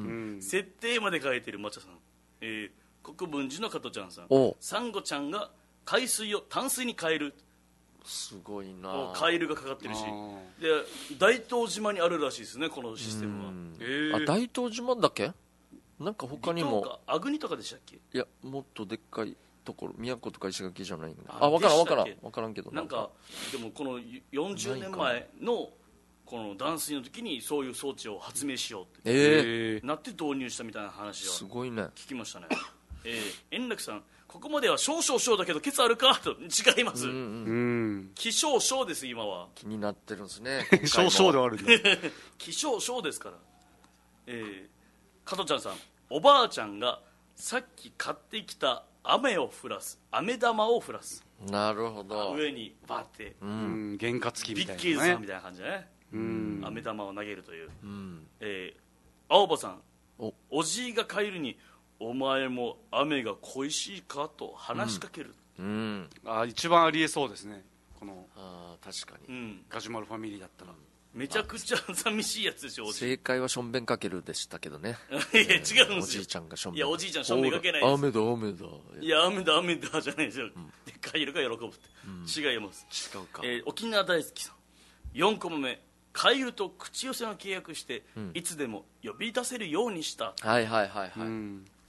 設定まで書いてるマチャさん、えー、国分寺の加トちゃんさん、サンゴちゃんが海水を淡水に変える。 すごいな。 カエルがかかってるし、で大東島にあるらしいですねこのシステムは。 えー、あ大東島だっけ。なんか他にもアグニとかでしたっけ。 いやもっとでっかいところ宮古とか石垣じゃないんだ。あ、分からん分からん分からんけどなんかでもこのよんじゅうねんまえのこの断水の時にそういう装置を発明しようって、えー、なって導入したみたいな話は聞きましたね。すごいね、えー、円楽さんここまでは少々少だけどケツあるかと。違います、うんうん、気象少です。今は気になってるんですね少々ではあるんだ気象少ですから、えー、加トちゃんさんおばあちゃんがさっき買ってきた雨を降らす飴玉を降らす。 なるほど。 上にバーって、 うん、験担ぎみたいな、ね、 ビッキーズさんみたいな感じでね、うん、飴玉を投げるという、うん、えー、青葉さん お, おじいがカエルにお前も雨が恋しいかと話しかける、うんうん、あ一番ありえそうですねこのあ確かに、うん、 ガジュマルファミリーだったらめちゃくちゃ寂しいやつでしょ。 正解はションベンかけるでしたけどねいや違うんですよ、 おじいちゃんがションベン。 いやおじいちゃんションベンかけないです。 雨だ雨だ。 いや雨だ雨だじゃないですよ、うん、でカエルが喜ぶって、うん、違います。 違うか、 えー、沖縄大好きさんよんコマ目カエルと口寄せの契約して、うん、いつでも呼び出せるようにした。 はいはいはいはい、うん、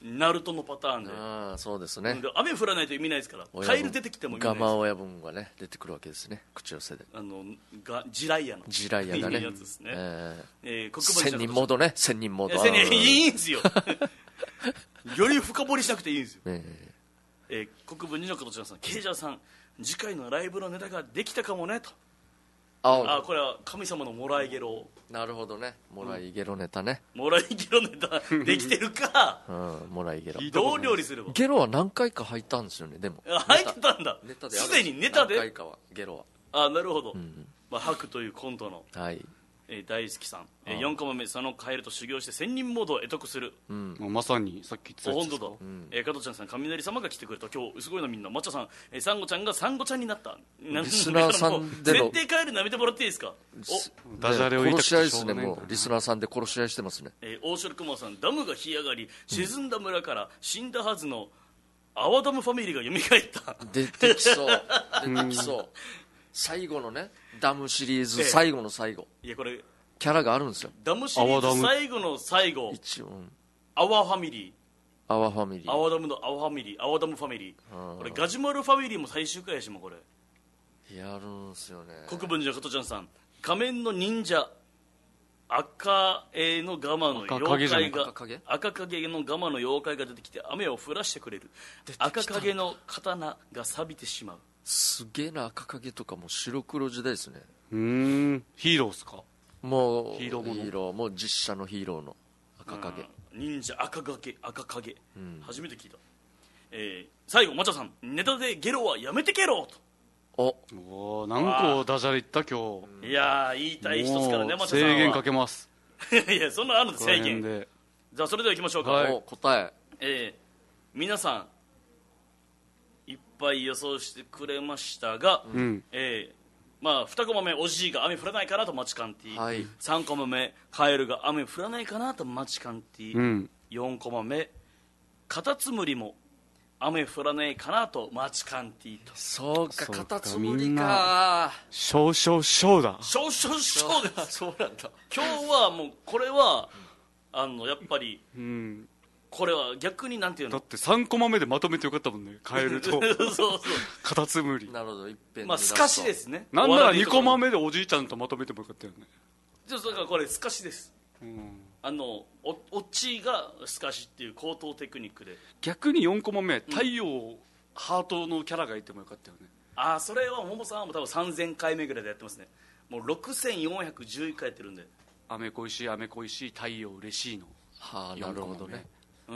ナルトのパターンで、 ああそうですね、 で雨降らないと意味ないですから、カエル出てきても意味ないです。 ガマ親分がね出てくるわけですね、口寄せで、 あのが地雷屋の地雷屋がねやつですね、 えーえー、国分千人モードね、千人モード、 千人いいんですよより深掘りしなくていいんですよ、 えーえー、国分寺の加藤さん、ケイジャーさん次回のライブのネタができたかもねと。ああ、これは神様のもらいゲロ。 なるほどね、もらいゲロネタね、 もらいゲロネタできてるか、 うん、もらいゲロどう料理すれば。 ゲロは何回か入ったんですよね、でも入ったんだ、 ネタですでにネタで何回かはゲロは。 ああなるほど、 うん、 まあ、ハクというコントの、 はいえー、大好きさん、えー、よんコマ目、佐野カエルと修行して千人モードを得得する、 うん、 まさにさっき言ってたやつ本当だ、うん、えー、加藤ちゃんさん、雷様が来てくれた、今日すごいのみんな、マッチャさん、えー、サンゴちゃんがサンゴちゃんになった、 リスナーさんでの設定変えるのやめてもらっていいですか。 おダジャレを言いたくて殺し合いですね、もうリスナーさんで殺し合いしてますね、 えー、大城熊さん、ダムが干上がり沈んだ村から死んだはずの泡ダムファミリーが蘇った、 出てきそう出てきそう最後のねダムシリーズ最後の最後、 いやこれキャラがあるんですよ、 ダムシリーズ最後の最後、 一応、うん、 アワファミリー、 アワファミリー、 アワダムのアワファミリー、アワダムファミリー、これガジュマルファミリーも最終回やしもこれやるんすよね。 国分寺加藤ちゃんさん、仮面の忍者赤絵のガマの妖怪が赤影赤影のガマの妖怪が出てきて雨を降らしてくれる、赤影の刀が錆びてしまう。 すげえな、赤影とかも白黒時代ですね。 うーん、ヒーローっすか。 もうヒーローもの、 ヒーローもう実写のヒーローの赤影、 忍者赤影赤影、 うん、 初めて聞いた。えー、最後マチャさん、ネタでゲロはやめてゲロと。 おお何個ダジャレ言った今日。いやー言いたい一つからね、マチャさんは制限かけますいやそんなあるの制限で。じゃあそれではいきましょうか、 はい、答え、 えー、皆さんいっぱい予想してくれましたが、 うん、 えーまあ、にコマ目おじいが雨降らないかなとマチカンティ、 はい、 さんコマ目カエルが雨降らないかなとマチカンティ、 うん、 よんコマ目カタツムリも雨降らないかなとマチカンティと。 そうか、カタツムリか、 少々少だ少々少です。 そうなんだ。 今日はもうこれはあのやっぱり、 うん、 これは逆になんていうの、 だってさんコマ目でまとめてよかったもんね、カエルとそうそうカタツムリ。 なるほど、一遍まあ透かしですね。 なんならにコマ目でおじいちゃんとまとめてもよかったよね。 ちょっとだからこれ透かしです、 うん、 あの お, おっちが透かしっていう高等テクニックで。 逆によんコマ目、太陽、うん、ハートのキャラがいてもよかったよね。 ああ、それは桃さんはもう多分さんぜんかいめぐらいでやってますね。もうろくせんよんひゃくじゅういっかいやってるんで。 雨恋しい雨恋しい太陽嬉しいの、 はあ、なるほどね。 うん、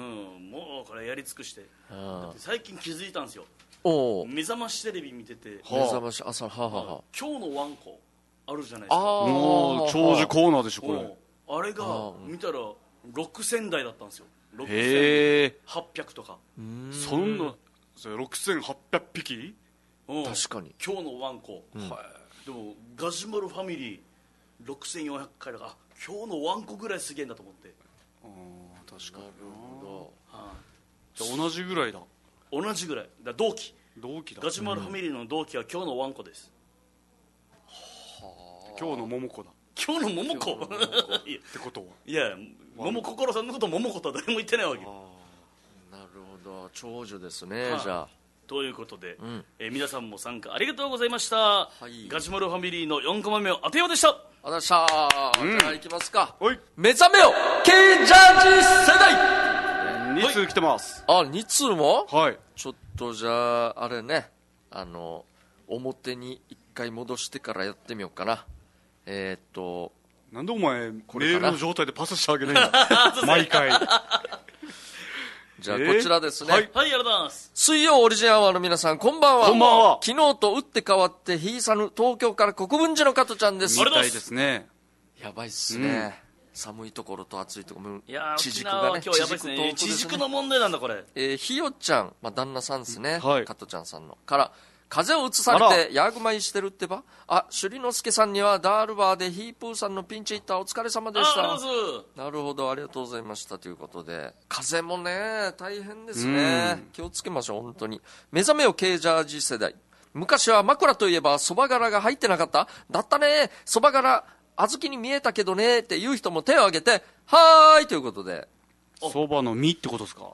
もうこれやり尽くして。 はあ、 だって最近気づいたんですよ。 お目覚ましテレビ見てて、 目覚まし朝、はあはあ、 今日のワンコあるじゃないですか。 あもう長寿コーナーでしょこれ。 あれが見たらろくせんだいだったんですよ。ろくせんはっぴゃくとか。 んそんなろくせんはっぴゃくぴき、 うん、 確かに今日のワンコ、 うん、 はい、でもガジュマルファミリーろくせんよんひゃくかいだから、今日のワンコぐらいすげえんだと思って。 ああ確かにな、 はあ、 じゃあ同じぐらいだ。 同じぐらいだ、同期同期だ。 ガジュマルファミリーの同期は今日のワンコです、 はあ、今日の桃子だ。 今日の桃子ってことは、 いや桃心さんのこと桃子とは誰も言ってないわけ。 なるほど、長寿ですね、はあ、じゃあということで、 うん、 えー、皆さんも参加ありがとうございました、 はい、 ガジュマルファミリーのよんコマ目を当てようでした。 ありがとうございました、うん、じゃあいきますか。目覚めよ K ジャージ世代に通来てます。 あ、に通も、 はい、 ちょっとじゃああれね、あの表に一回戻してからやってみようかな。えー、っとなんでお前メールの状態でパスしてあげないんだ毎回じゃあこちらですね、 はい、はい、ありがとうございます。 水曜オリジンアワーの皆さん、こんばんは。 こんばんは。 昨日と打って変わってひいさぬ東京から国分寺の加トちゃんです。 みたいですね。 やばいっすね、うん、寒いところと暑いところ、 いやー、 地軸がね、 今日やばいですね。地軸の問題なんだこれ。 えー、ひよちゃん、まあ、旦那さんですね、 はい、 加トちゃんさんのから風邪をうつされてヤグマイしてるってば。あ、朱里之助さんにはダールバーでヒープーさんのピンチヒッターお疲れ様でした。 あ、 なるほど、ありがとうございましたということで、風もね大変ですね、気をつけましょう本当に。目覚めよ K ジャージ世代。昔は枕といえばそば殻が入ってなかった。だったね、そば殻小豆に見えたけどねっていう人も手を挙げてはーいということで。 そばの実ってことですか。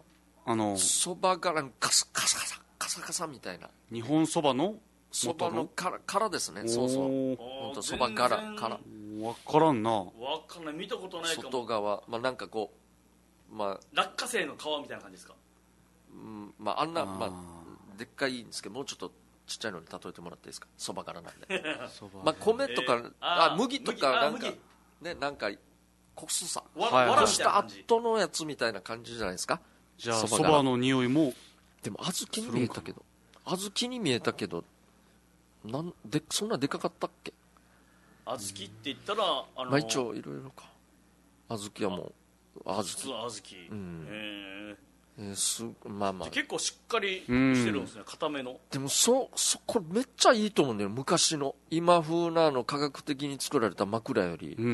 あのそば殻カサカサカサカサカサみたいな日本そばのそばの殻殻ですね。そうそう、本当そば殻殻分からんな。 分かんない、見たことないかも。 外側、まあなんかこう、まあ落花生の皮みたいな感じですか。 うん、まああんな、まあでっかいんですけど、もうちょっとちっちゃいのに例えてもらっていいですか。そば殻なんでまあ米とか、えー、あ麦とかなんかね、なんかこすさわらわらした後のやつみたいな感じじゃないですか。 じゃあそばの匂いも。 でも小豆に見えたけど小豆に見えたけどなんでそんなでかかったっけ。 小豆って言ったら、あのー、 まあ一応いろいろか。小豆はもう小豆、 普通小豆、うん、 へえー、すまあまあ結構しっかりしてるんですね、固めの。 でもそそこれめっちゃいいと思うんだよ。昔の今風なの科学的に作られた枕より、うん、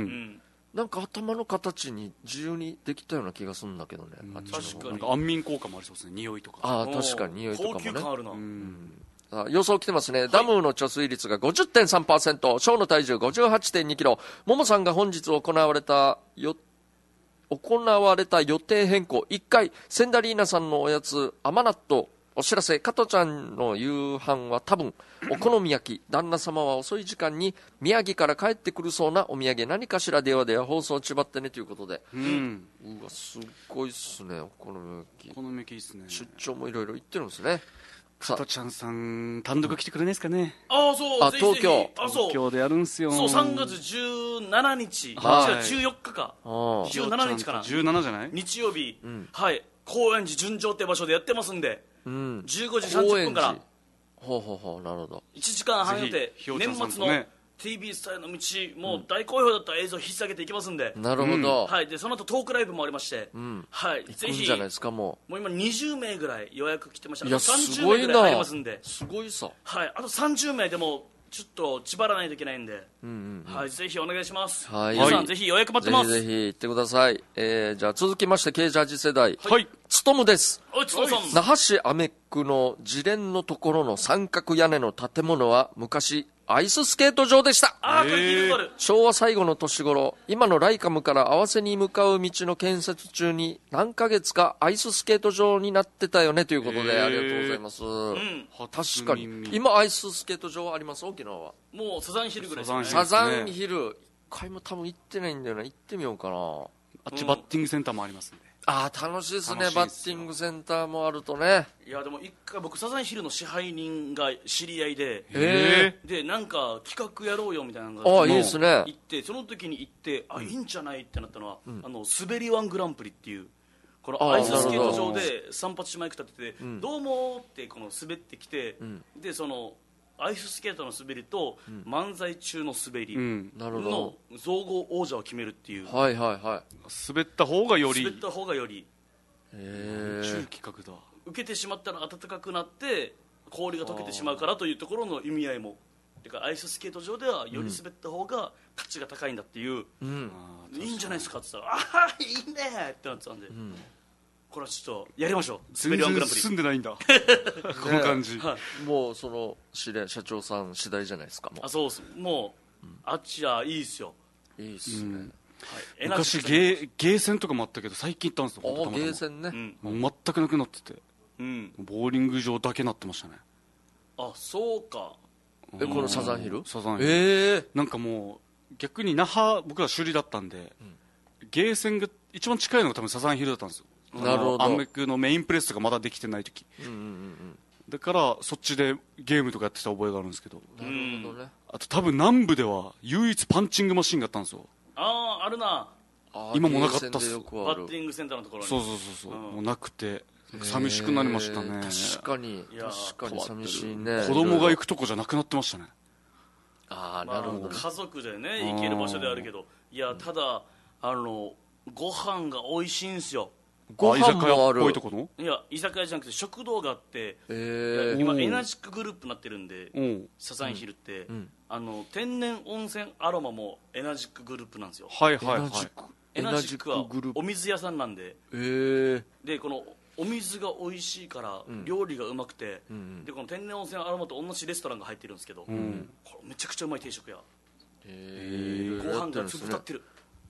なんか頭の形に自由にできたような気がするんだけどね、うん、あっちの確かになんか安眠効果もありそうですね、匂いとか。 ああ確かに匂いとかもね、 高級感あるな、 うんあ予想来てますね、はい、ダムの貯水率が ごじゅってんさんパーセント、ショーの体重 ごじゅうはちてんにキロ、ももさんが本日行われたよ行われた予定変更、いっかいセンダリーナさんのおやつ甘納豆お知らせ、加トちゃんの夕飯は多分お好み焼き、旦那様は遅い時間に宮城から帰ってくるそうなお土産何かしらではでは放送ちばってねということで、うん、うわすっごいっすね、お好み焼き。 お好み焼きいいっすね。 出張もいろいろ行ってるんですね。 加トちゃんさん単独来てくれないですかね。 ああそう、 あ東京あそう東京でやるんすよ。 そうさんがつじゅうしちにち、 はい、 違うじゅうよっかかじゅうしちにちかな、 じゅうななじゃない、 日曜日、うん、はい高円寺純情って場所でやってますんで、うん、じゅうごじさんじゅっぷんからほうほうほう、なるほど、 いちじかんはん予定、年末の ティービー スタイルの道、もう大好評だった映像を引っ提げていきますんで、 なるほど、 はい、でその後トークライブもありまして、うん、はい、ぜひ行くんじゃないですか。もうもう今にじゅうめいぐらい予約来てました。 いやさんじゅうめいぐらい入りますんで、 すごいさ、 はい、あとさんじゅうめいでもちょっと縛らないといけないんで、うんうんうん、はい、ぜひお願いします、はい、皆さんぜひ予約待ってます。 ぜひぜひ行ってください。えー、じゃあ続きましてケージャージ世代、 はい、 つとむです。 おいつとむさん、 那覇市アメックの自連のところの三角屋根の建物は昔アイススケート場でした。 あー、これ聞いたことある。 昭和最後の年頃、今のライカムから合わせに向かう道の建設中に何ヶ月かアイススケート場になってたよねということで、ありがとうございます、うん、確かに今アイススケート場あります？沖縄はもうサザンヒルぐらいですね。サザンヒル一回も多分行ってないんだよな。行ってみようかな。 あっちバッティングセンターもありますんで、 ああ楽しいですね。バッティングセンターもあるとね。 いやでも一回僕サザンヒルの支配人が知り合いで、 えー、 でなんか企画やろうよみたいなのがあいいですね。 行って、その時に行って、あ、いいんじゃないってなったのは、うん、あの滑りワングランプリっていうこのアイススケート場で散髪しマイク立てて、うん、どうもってこの滑ってきて、うん、でそのアイススケートの滑りと漫才中の滑りの総合王者を決めるっていう、 はいはいはい、 滑った方がより滑った方がよりへ中企画だ。 受けてしまったら暖かくなって氷が溶けてしまうからというところの意味合いも、てかアイススケート場ではより滑った方が価値が高いんだっていう、うん、いいんじゃないですかって言ったら、ああいいねってなってたんで、うん、これはちょっとやりましょう。滑りワングランプリ進んでないんだこの感じ、 はい、もうその社長さん次第じゃないですか。もうあそうです。もう、うん、あっちはいいっすよ。 いいっすね、うんはい、昔ゲー、ゲーセンとかもあったけど最近行ったんですよ。 ああゲーセンね、 うん、もう全くなくなってて、うん、ボーリング場だけなってましたね。 あそうか。 えこのサザンヒルサザンヒル、 えー、 なんかもう逆に那覇僕ら首里だったんで、うん、ゲーセンが一番近いのが多分サザンヒルだったんですよ。 なるほど。 アメクのメインプレスとかまだできてない時、うんうんうん、だからそっちでゲームとかやってた覚えがあるんですけど。 なるほどね。 あと多分南部では唯一パンチングマシンがあったんですよ。 あああるな。 今もなかったっす。 バッティングセンターのところにそうそうそうそう、うん、もうなくて寂しくなりましたね。 確かに確かに寂しいね。 子供が行くとこじゃなくなってましたね。 ああなるほど、 まあ、家族でね行ける場所であるけど、いやただあのご飯が美味しいんですよ。 ご飯もある。 居酒屋っぽいとこの？ いや居酒屋じゃなくて食堂があって、 えー、 今エナジックグループになってるんで、サザンヒルって、うん、あの天然温泉アロマもエナジックグループなんですよ。 はいはいはい。 エナジックはお水屋さんなんで、 えー、 でこのお水が美味しいから料理がうまくて、うん、でこの天然温泉アロマと同じレストランが入ってるんですけど、うん、これめちゃくちゃうまい定食屋、 えー、 ご飯が粒立ってる。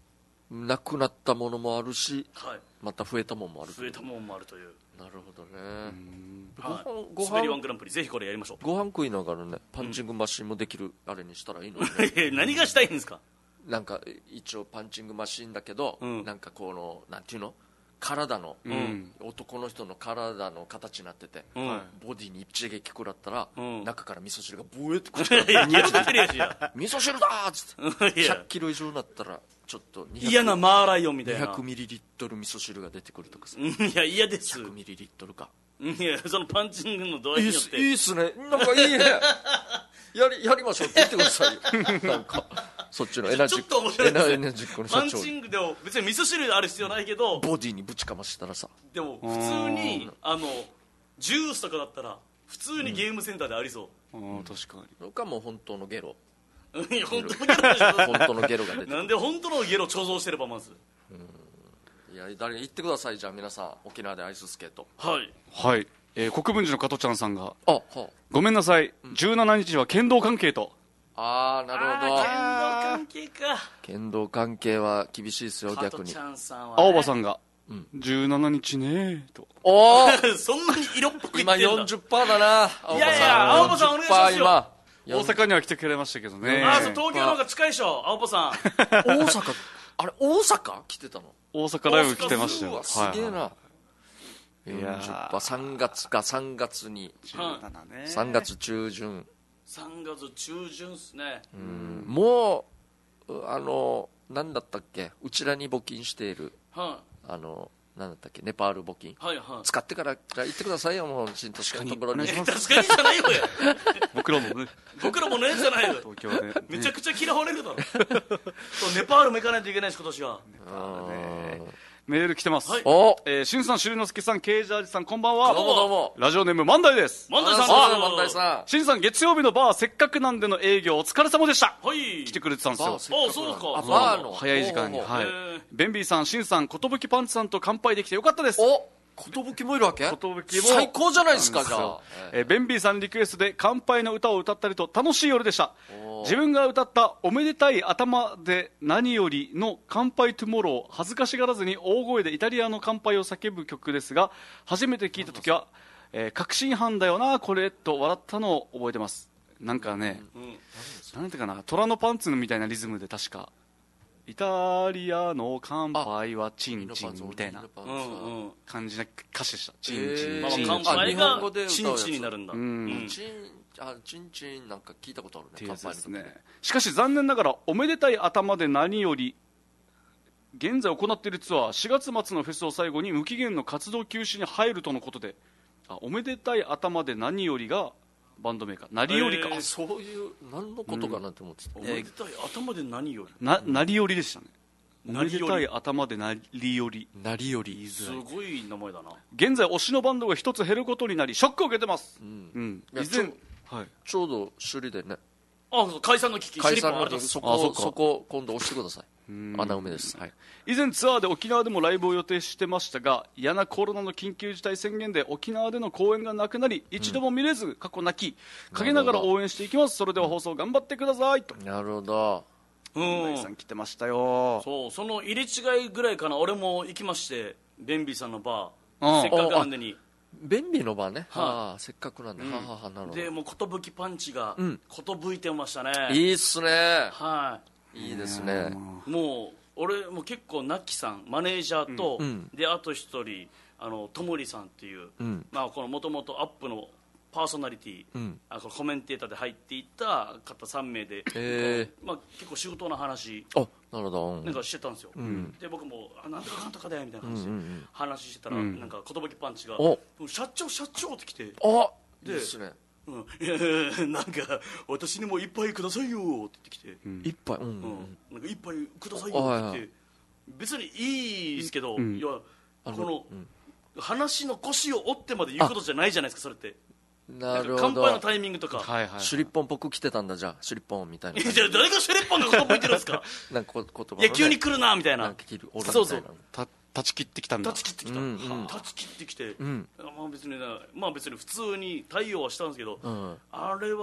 なくなったものもあるし、 はい、 また増えたものもある増えたものもあるという。 なるほどね。 ご飯ご飯滑りワングランプリぜひこれやりましょう。 ご飯食いながらねパンチングマシンもできるあれにしたらいいのに、 ね、何がしたいんですか。 なんか一応パンチングマシンだけど、うん、なんかこのなんていうの体の、うん、男の人の体の形になってて、うん、ボディに一撃食らったら、うん、中から味噌汁がブエッとくるから味噌汁だーっつってひゃっキロ以上になったらちょっと嫌なマーライオンみたいな にひゃくミリリットル味噌汁が出てくるとかさ。 いや嫌です。 ひゃくミリリットルか。 いやそのパンチングの度合いによっていいっすね。なんかいいねやりやりましょうって言ってくださいよなんかそっちのエナジックちょっと面白いですね。 エナジックの社長パンチングでも別に味噌汁ある必要ないけどボディにぶちかましたらさ、 でも普通にあのジュースとかだったら普通にゲームセンターでありそう、 うん、あ確かに。 とかもう本当のゲロいや本当のゲロでしょ本当のゲロが出てくる。 なんで本当のゲロ貯蔵してればまず、 うん、いや誰に言ってください。じゃあ皆さん沖縄でアイススケート。 はいはい、えー、国分寺の加藤ちゃんさんがあ、はあ、 ごめんなさい、うん、じゅうしちにちは剣道関係と。 ああなるほど。 剣道関係か。 剣道関係は厳しいですよ逆に。 加藤ちゃんさんは、ね、 青葉さんが、うん、じゅうしちにちねと。 おおそんなに色っぽく言ってんだ。 今 よんじゅっパーセント だな青葉さん。いやいや青葉さんお願いしますよ。 大阪には来てくれましたけどね。 ああそう東京の方が近いでしょ青葉さん大阪あれ大阪来てたの。 大阪ライブ来てましたよ。 すげえな。よんじゅっパーセント さんがつかさんがつにじゅうななねさんがつ中旬さんがつ中旬っすね。 うんもうあの何だったっけうちらに募金している、 はい、 あの何だったっけネパール募金、 はいはい、 使ってから言ってくださいよもう新都市のところに。 確かにじゃないよ僕らもね僕らもねじゃないよ東京ねめちゃくちゃ嫌われるだろそうネパールも行かないといけないし今年は。ネパールねメール来てます。 はい、お、 えー、しゅんさん、しゅりのすけさん、ケイジャージさん、こんばんは。 どうもどうも。 ラジオネーム、万代です。 万代さん、 万代さん。 しんさん、月曜日のバー、せっかくなんでの営業、お疲れ様でした。 はい。 来てくれてたんですよ。あ、 そうですか。 あ、バーの。 早い時間に。はい。ベンビーさん、しんさん、ことぶきパンチさんと乾杯できてよかったです。 おことぶきもいるわけ？ ことぶきも最高じゃないですか。じゃあ、 えー、ベンビーさんリクエストで乾杯の歌を歌ったりと楽しい夜でした。自分が歌ったおめでたい頭で何よりの乾杯トゥモロー、恥ずかしがらずに大声でイタリアの乾杯を叫ぶ曲ですが、初めて聞いた時は、えー、確信犯だよなこれと笑ったのを覚えてます。なんかね、うん、なんていうかな、虎のパンツみたいなリズムで確かイタリアの乾杯はチンチンみたいな感じな歌詞でした。チンチン、 まあ、乾杯がチンチンになるんだ。 うん、チンあチンチンなんか聞いたことあるね。乾杯のね。しかし残念ながらおめでたい頭で何より現在行っているツアーしがつ末のフェスを最後に無期限の活動休止に入るとのことで、あおめでたい頭で何よりがバンドメーカーなりよりか、 えー、そういう何のことかなって思ってた、 うん、おめでたい頭で何よりななりよりでしたね。おめでたい頭でなりよりなりよりすごい名前だな。 現在推しのバンドが一つ減ることになりショックを受けてます、うんうん、以前はい、ちょうど首里でねあ解散の危機解散の危機そこそこ今度押してください。穴埋めです、はい、 以前ツアーで沖縄でもライブを予定してましたが嫌なコロナの緊急事態宣言で沖縄での公演がなくなり一度も見れず過去泣き陰ながら応援していきます。それでは放送頑張ってくださいと。 なるほど。 うん、さん来てましたよ。 そうその入れ違いぐらいかな。俺も行きましてベンビーさんのバーせっかくなんでにベンビーの場ね、はあはあ、せっかくなんで、 うん、 はあはあ、なるほど。 でもう寿パンチが寿いてましたね、 うん、いいっすね。 はい、 いいですね。 もう俺も結構ナッキさんマネージャーと、うん、であと一人あのともりさんっていう、うん、まあこのもともとアップのパーソナリティ、うん、あこのコメンテーターで入っていった方さんめいで、 えーまあ、結構仕事の話あなるほど、うん、 なんかしてたんですよ、うん、で僕もあなんとかかんとかだよみたいな感じで話してたら、うんうんうん、なんか寿パンチが社長社長って来てあでいいっすね、 うん、いやなんか私にも一杯くださいよって言ってきて、 うん、一杯、うんうんうん、なんか一杯くださいよって言って、別にいいですけど、うん、いやこの、うん、話の腰を折ってまで言うことじゃないじゃないですかそれって。 なるほど。 乾杯のタイミングとか、 はいはいはい、シュリッポンっぽく来てたんだ。じゃあシュリッポンみたいな。 じゃあ誰がシュリッポンが言葉言ってるんですかなんか言葉、ね、 いや急に来るなみたいな。 なんか切るそうそうた断ち切ってきたんだ。 断ち切ってきた、うんうん、断ち切ってきて、うん、まあ別にまあ別に普通に対応はしたんですけど、うん、あれは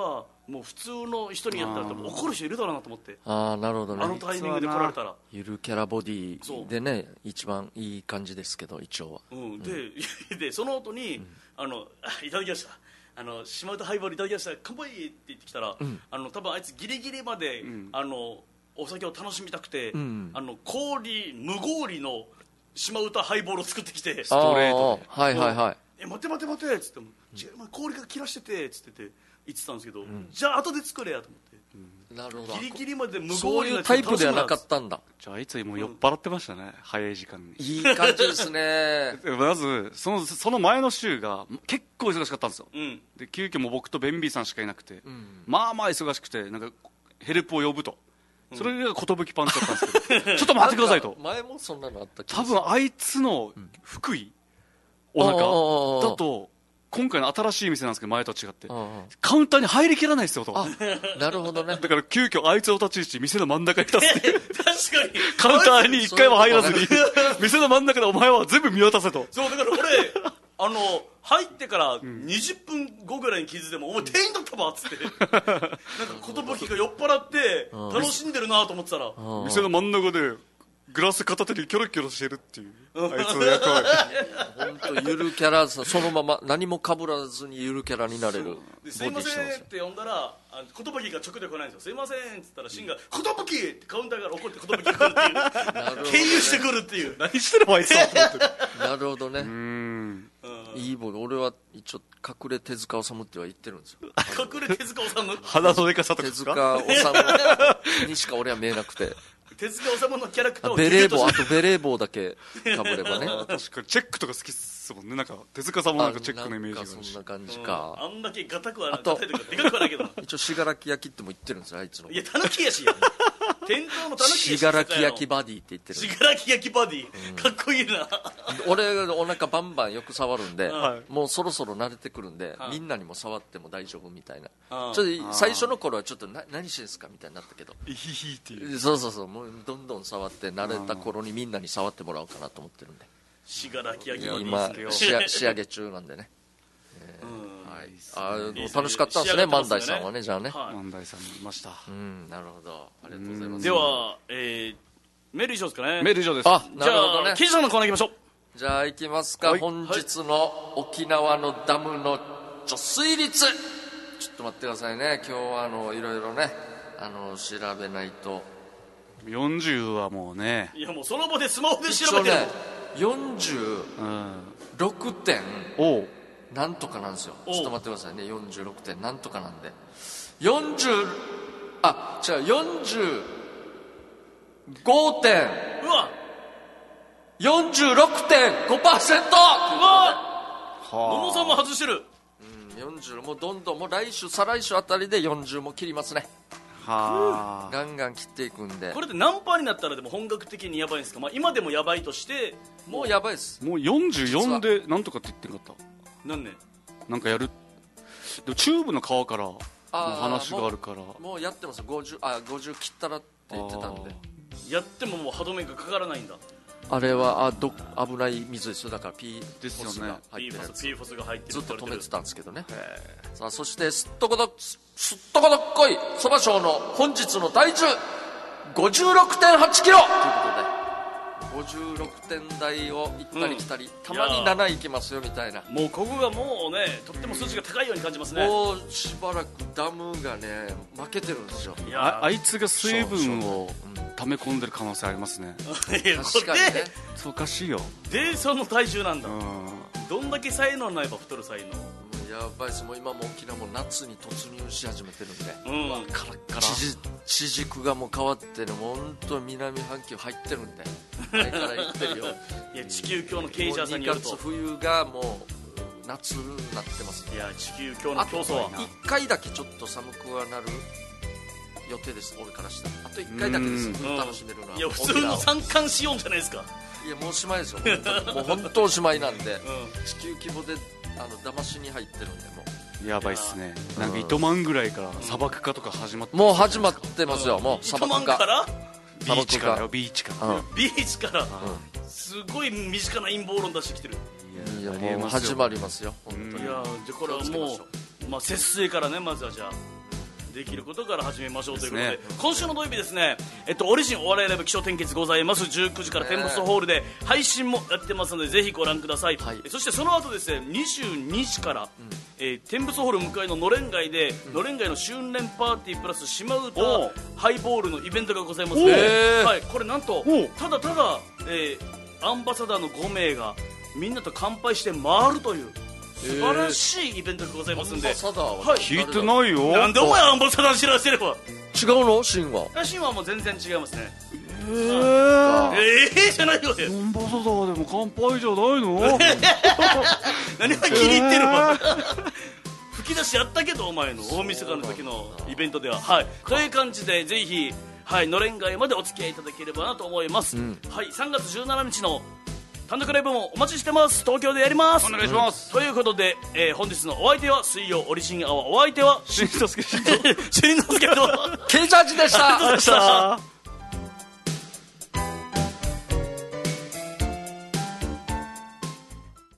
もう普通の人にやったら多分怒る人いるだろうなと思って。 ああなるほどね。 あのタイミングで来られたらゆるキャラボディでね一番いい感じですけど一応は、 うん、で、うん、でその後に、うん、あのいただきましたあの島唄ハイボールいただきました乾杯って言ってきたら、うん、あの多分あいつギリギリまで、うん、あのお酒を楽しみたくて、うん、あの氷無氷の島唄ハイボールを作ってきてストレートではいはいはいえ待て待て待てっつっても、うん、違う氷が切らしててっつってて言ってたんですけど、うん、じゃあ後で作れやと思って、 うん、なるほどギリギリまで無氷そういうタイプではなかったんだ。 じゃああいつもう酔っ払ってましたね、うん、早い時間に。 いい感じですねまずそのその前の週が結構忙しかったんですよ、 うん、 で急遽もう僕とベンビーさんしかいなくて、うん、まあまあ忙しくてなんかヘルプを呼ぶと、それが寿パンチだったんですけどちょっと待ってくださいと。 前もそんなのあった多分あいつの福井、うん、お腹だと今回の新しい店なんですけど前とは違ってカウンターに入りきらないですよと。 あなるほどね。 だから急遽あいつを立ち位置店の真ん中に立つって確かにカウンターに一回も入らずに店の真ん中でお前は全部見渡せと。 そうだから俺あの入ってからにじゅっぷんごぐらいに気づいても、うん、お前店員だったわっつってなんか寿が酔っ払って楽しんでるなと思ってたら店の真ん中でグラス片手にキョロキョロしてるっていうあいつの役割本当ゆるキャラそのまま何も被らずにゆるキャラになれるボディしてます。 すいませんって呼んだら寿が直で来ないんですよ。すいませんって言ったらシンが寿ってカウンターから怒って寿が来るっていう経由してくるっていう何してるのあいつはなるほどね。うんいいボディ。俺は一応隠れ手塚治虫っては言ってるんですよ隠れ手塚治虫鼻のでかさとか手塚治虫にしか俺は見えなくて手塚治虫のキャラクターをベレー帽あとベレー帽だけかぶればね確かにチェックとか好きっすもんね。なんか手塚さんもなんかチェックのイメージがあるしそんな感じか、 うん、あんだけガタくはなかったでかくはないけど一応信楽焼きっても言ってるんですよあいつの。 いやタヌキやしや店頭のタヌキやし信楽焼きバディって言ってる。 信楽焼きバディ、うん、かっこいいな俺お腹バンバンよく触るんで、はい、もうそろそろ慣れてくるんで、はい、みんなにも触っても大丈夫みたいな。ちょっと最初の頃はちょっとな何してんすかみたいになったけどイヒヒっていうそうそうそうもうどんどん触って慣れた頃にみんなに触ってもらおうかなと思ってるんで信楽焼きバディ今仕上げ中なんでね、えーはい、あ楽しかったんですね万代さんはね。じゃあね、 はい、万代さんもいました。 うんなるほどありがとうございます。 では、えー、メール以上ですかね。 メール以上です。 あなるほどね。 記事さんのコーナー行きましょう。 じゃあ行きますか、はい、本日の沖縄のダムの貯水率ちょっと待ってくださいね。今日はあのいろいろねあの調べないと。 よんじゅうはもうねいやもうその場でスマホで調べてる、ね、 よんじゅうろくてんなんとかなんですよ。ちょっと待ってくださいね。よんじゅうろくてんなんとかなんでよんじゅうあ違うよんじゅうごてんうわよんじゅうろくてんごパーセント うわ野茂さんも外してる。 うんよんじゅうもうどんどんもう来週再来週あたりでよんじゅうも切りますね。はガンガン切っていくんで。 これで何パーになったらでも本格的にやばいんですか。まあ、今でもやばいとしてもうやばいです。 もうよんじゅうよんでなんとかって言ってなかった。 何年なんかやるでもチューブの川からの話があるからもう、もうやってます。ごじゅうあごじゅう切ったらって言ってたんでやってももう歯止めがかからないんだ。 あれはあど危ない水ですよ。だから P フォスが入ってるやつ P フォスが入ってるずっと止めてたんですけどね。さあそしてすっとこどすっとこどっこいそば賞の本日の体重 ごじゅうろくてんはちキロということでごじゅうろくてん台を行ったり来たり、うん、たまになな行きますよみたいな。 もうここがもうねとっても数字が高いように感じますね。 もうしばらくダムがね負けてるんですよ。 いや あ, あいつが水分を溜め込んでる可能性ありますね。 確かにねそうおかしいよ。 でその体重なんだ。どんだけ才能ないば太る才能やばいです。もう今も沖縄も夏に突入し始めてるんで、 うん、 カラッカラ地軸がもう変わってねもう本当南半球入ってるんで前から言ってるよいや地球鏡のケイジャーさんによるとにがつ冬がもう夏になってます。 いや地球鏡の競争はいっかいだけちょっと寒くはなる予定です。俺からしたらあといっかいだけです。楽しめるのは、 うん、いや普通の三寒四温じゃないですか。 いやもうおしまいですよ本当もう本当おしまいなんで、うん、地球規模であの騙しに入ってるんでもうやばいっすね。なんか糸満ぐらいから砂漠化とか始まって、 もう始まってますよ。もう砂漠化からビーチからよビーチから、 うん、ビーチから、うん、すごい身近な陰謀論出してきてる。 いやもう始まりますよ本当に。 いやじゃあこれはもう、まあ、節水からねまずはじゃあできることから始めましょうということで、ね、今週の土曜日ですね、えっと、オリジンお笑いライブ起承転結ございます。じゅうくじからテンボスホールで配信もやってますのでぜひご覧ください、はい、そしてその後ですねにじゅうにじから、うんえー、テンボスホール向かいののれん街で、うん、のれん街の周年パーティープラス島唄ハイボールのイベントがございますので、はい、これなんとただただ、えー、アンバサダーのご名がみんなと乾杯して回るという素晴らしいイベントがございますんで、アンバサダーは、はい、 聞いてないよ。 なんでお前アンバサダー知らせれば違うのシンはシンはもう全然違いますね。 えー、 えー、じゃないよね。 アンバサダーでも乾杯じゃないの何が気に入ってるわ、えー、吹き出しやったけどお前の大晦日の時のイベントでは、はい、という感じでぜひ、はい、のれん街までお付き合いいただければなと思います、うん、はい、さんがつじゅうしちにちの単独ライブもお待ちしてます。東京でやります。 お願いします、 うん、ということで、えー、本日のお相手は水曜オリジンアワー、お相手はしんのすけしんのすけとケイジャージでした。 ありがとうございました。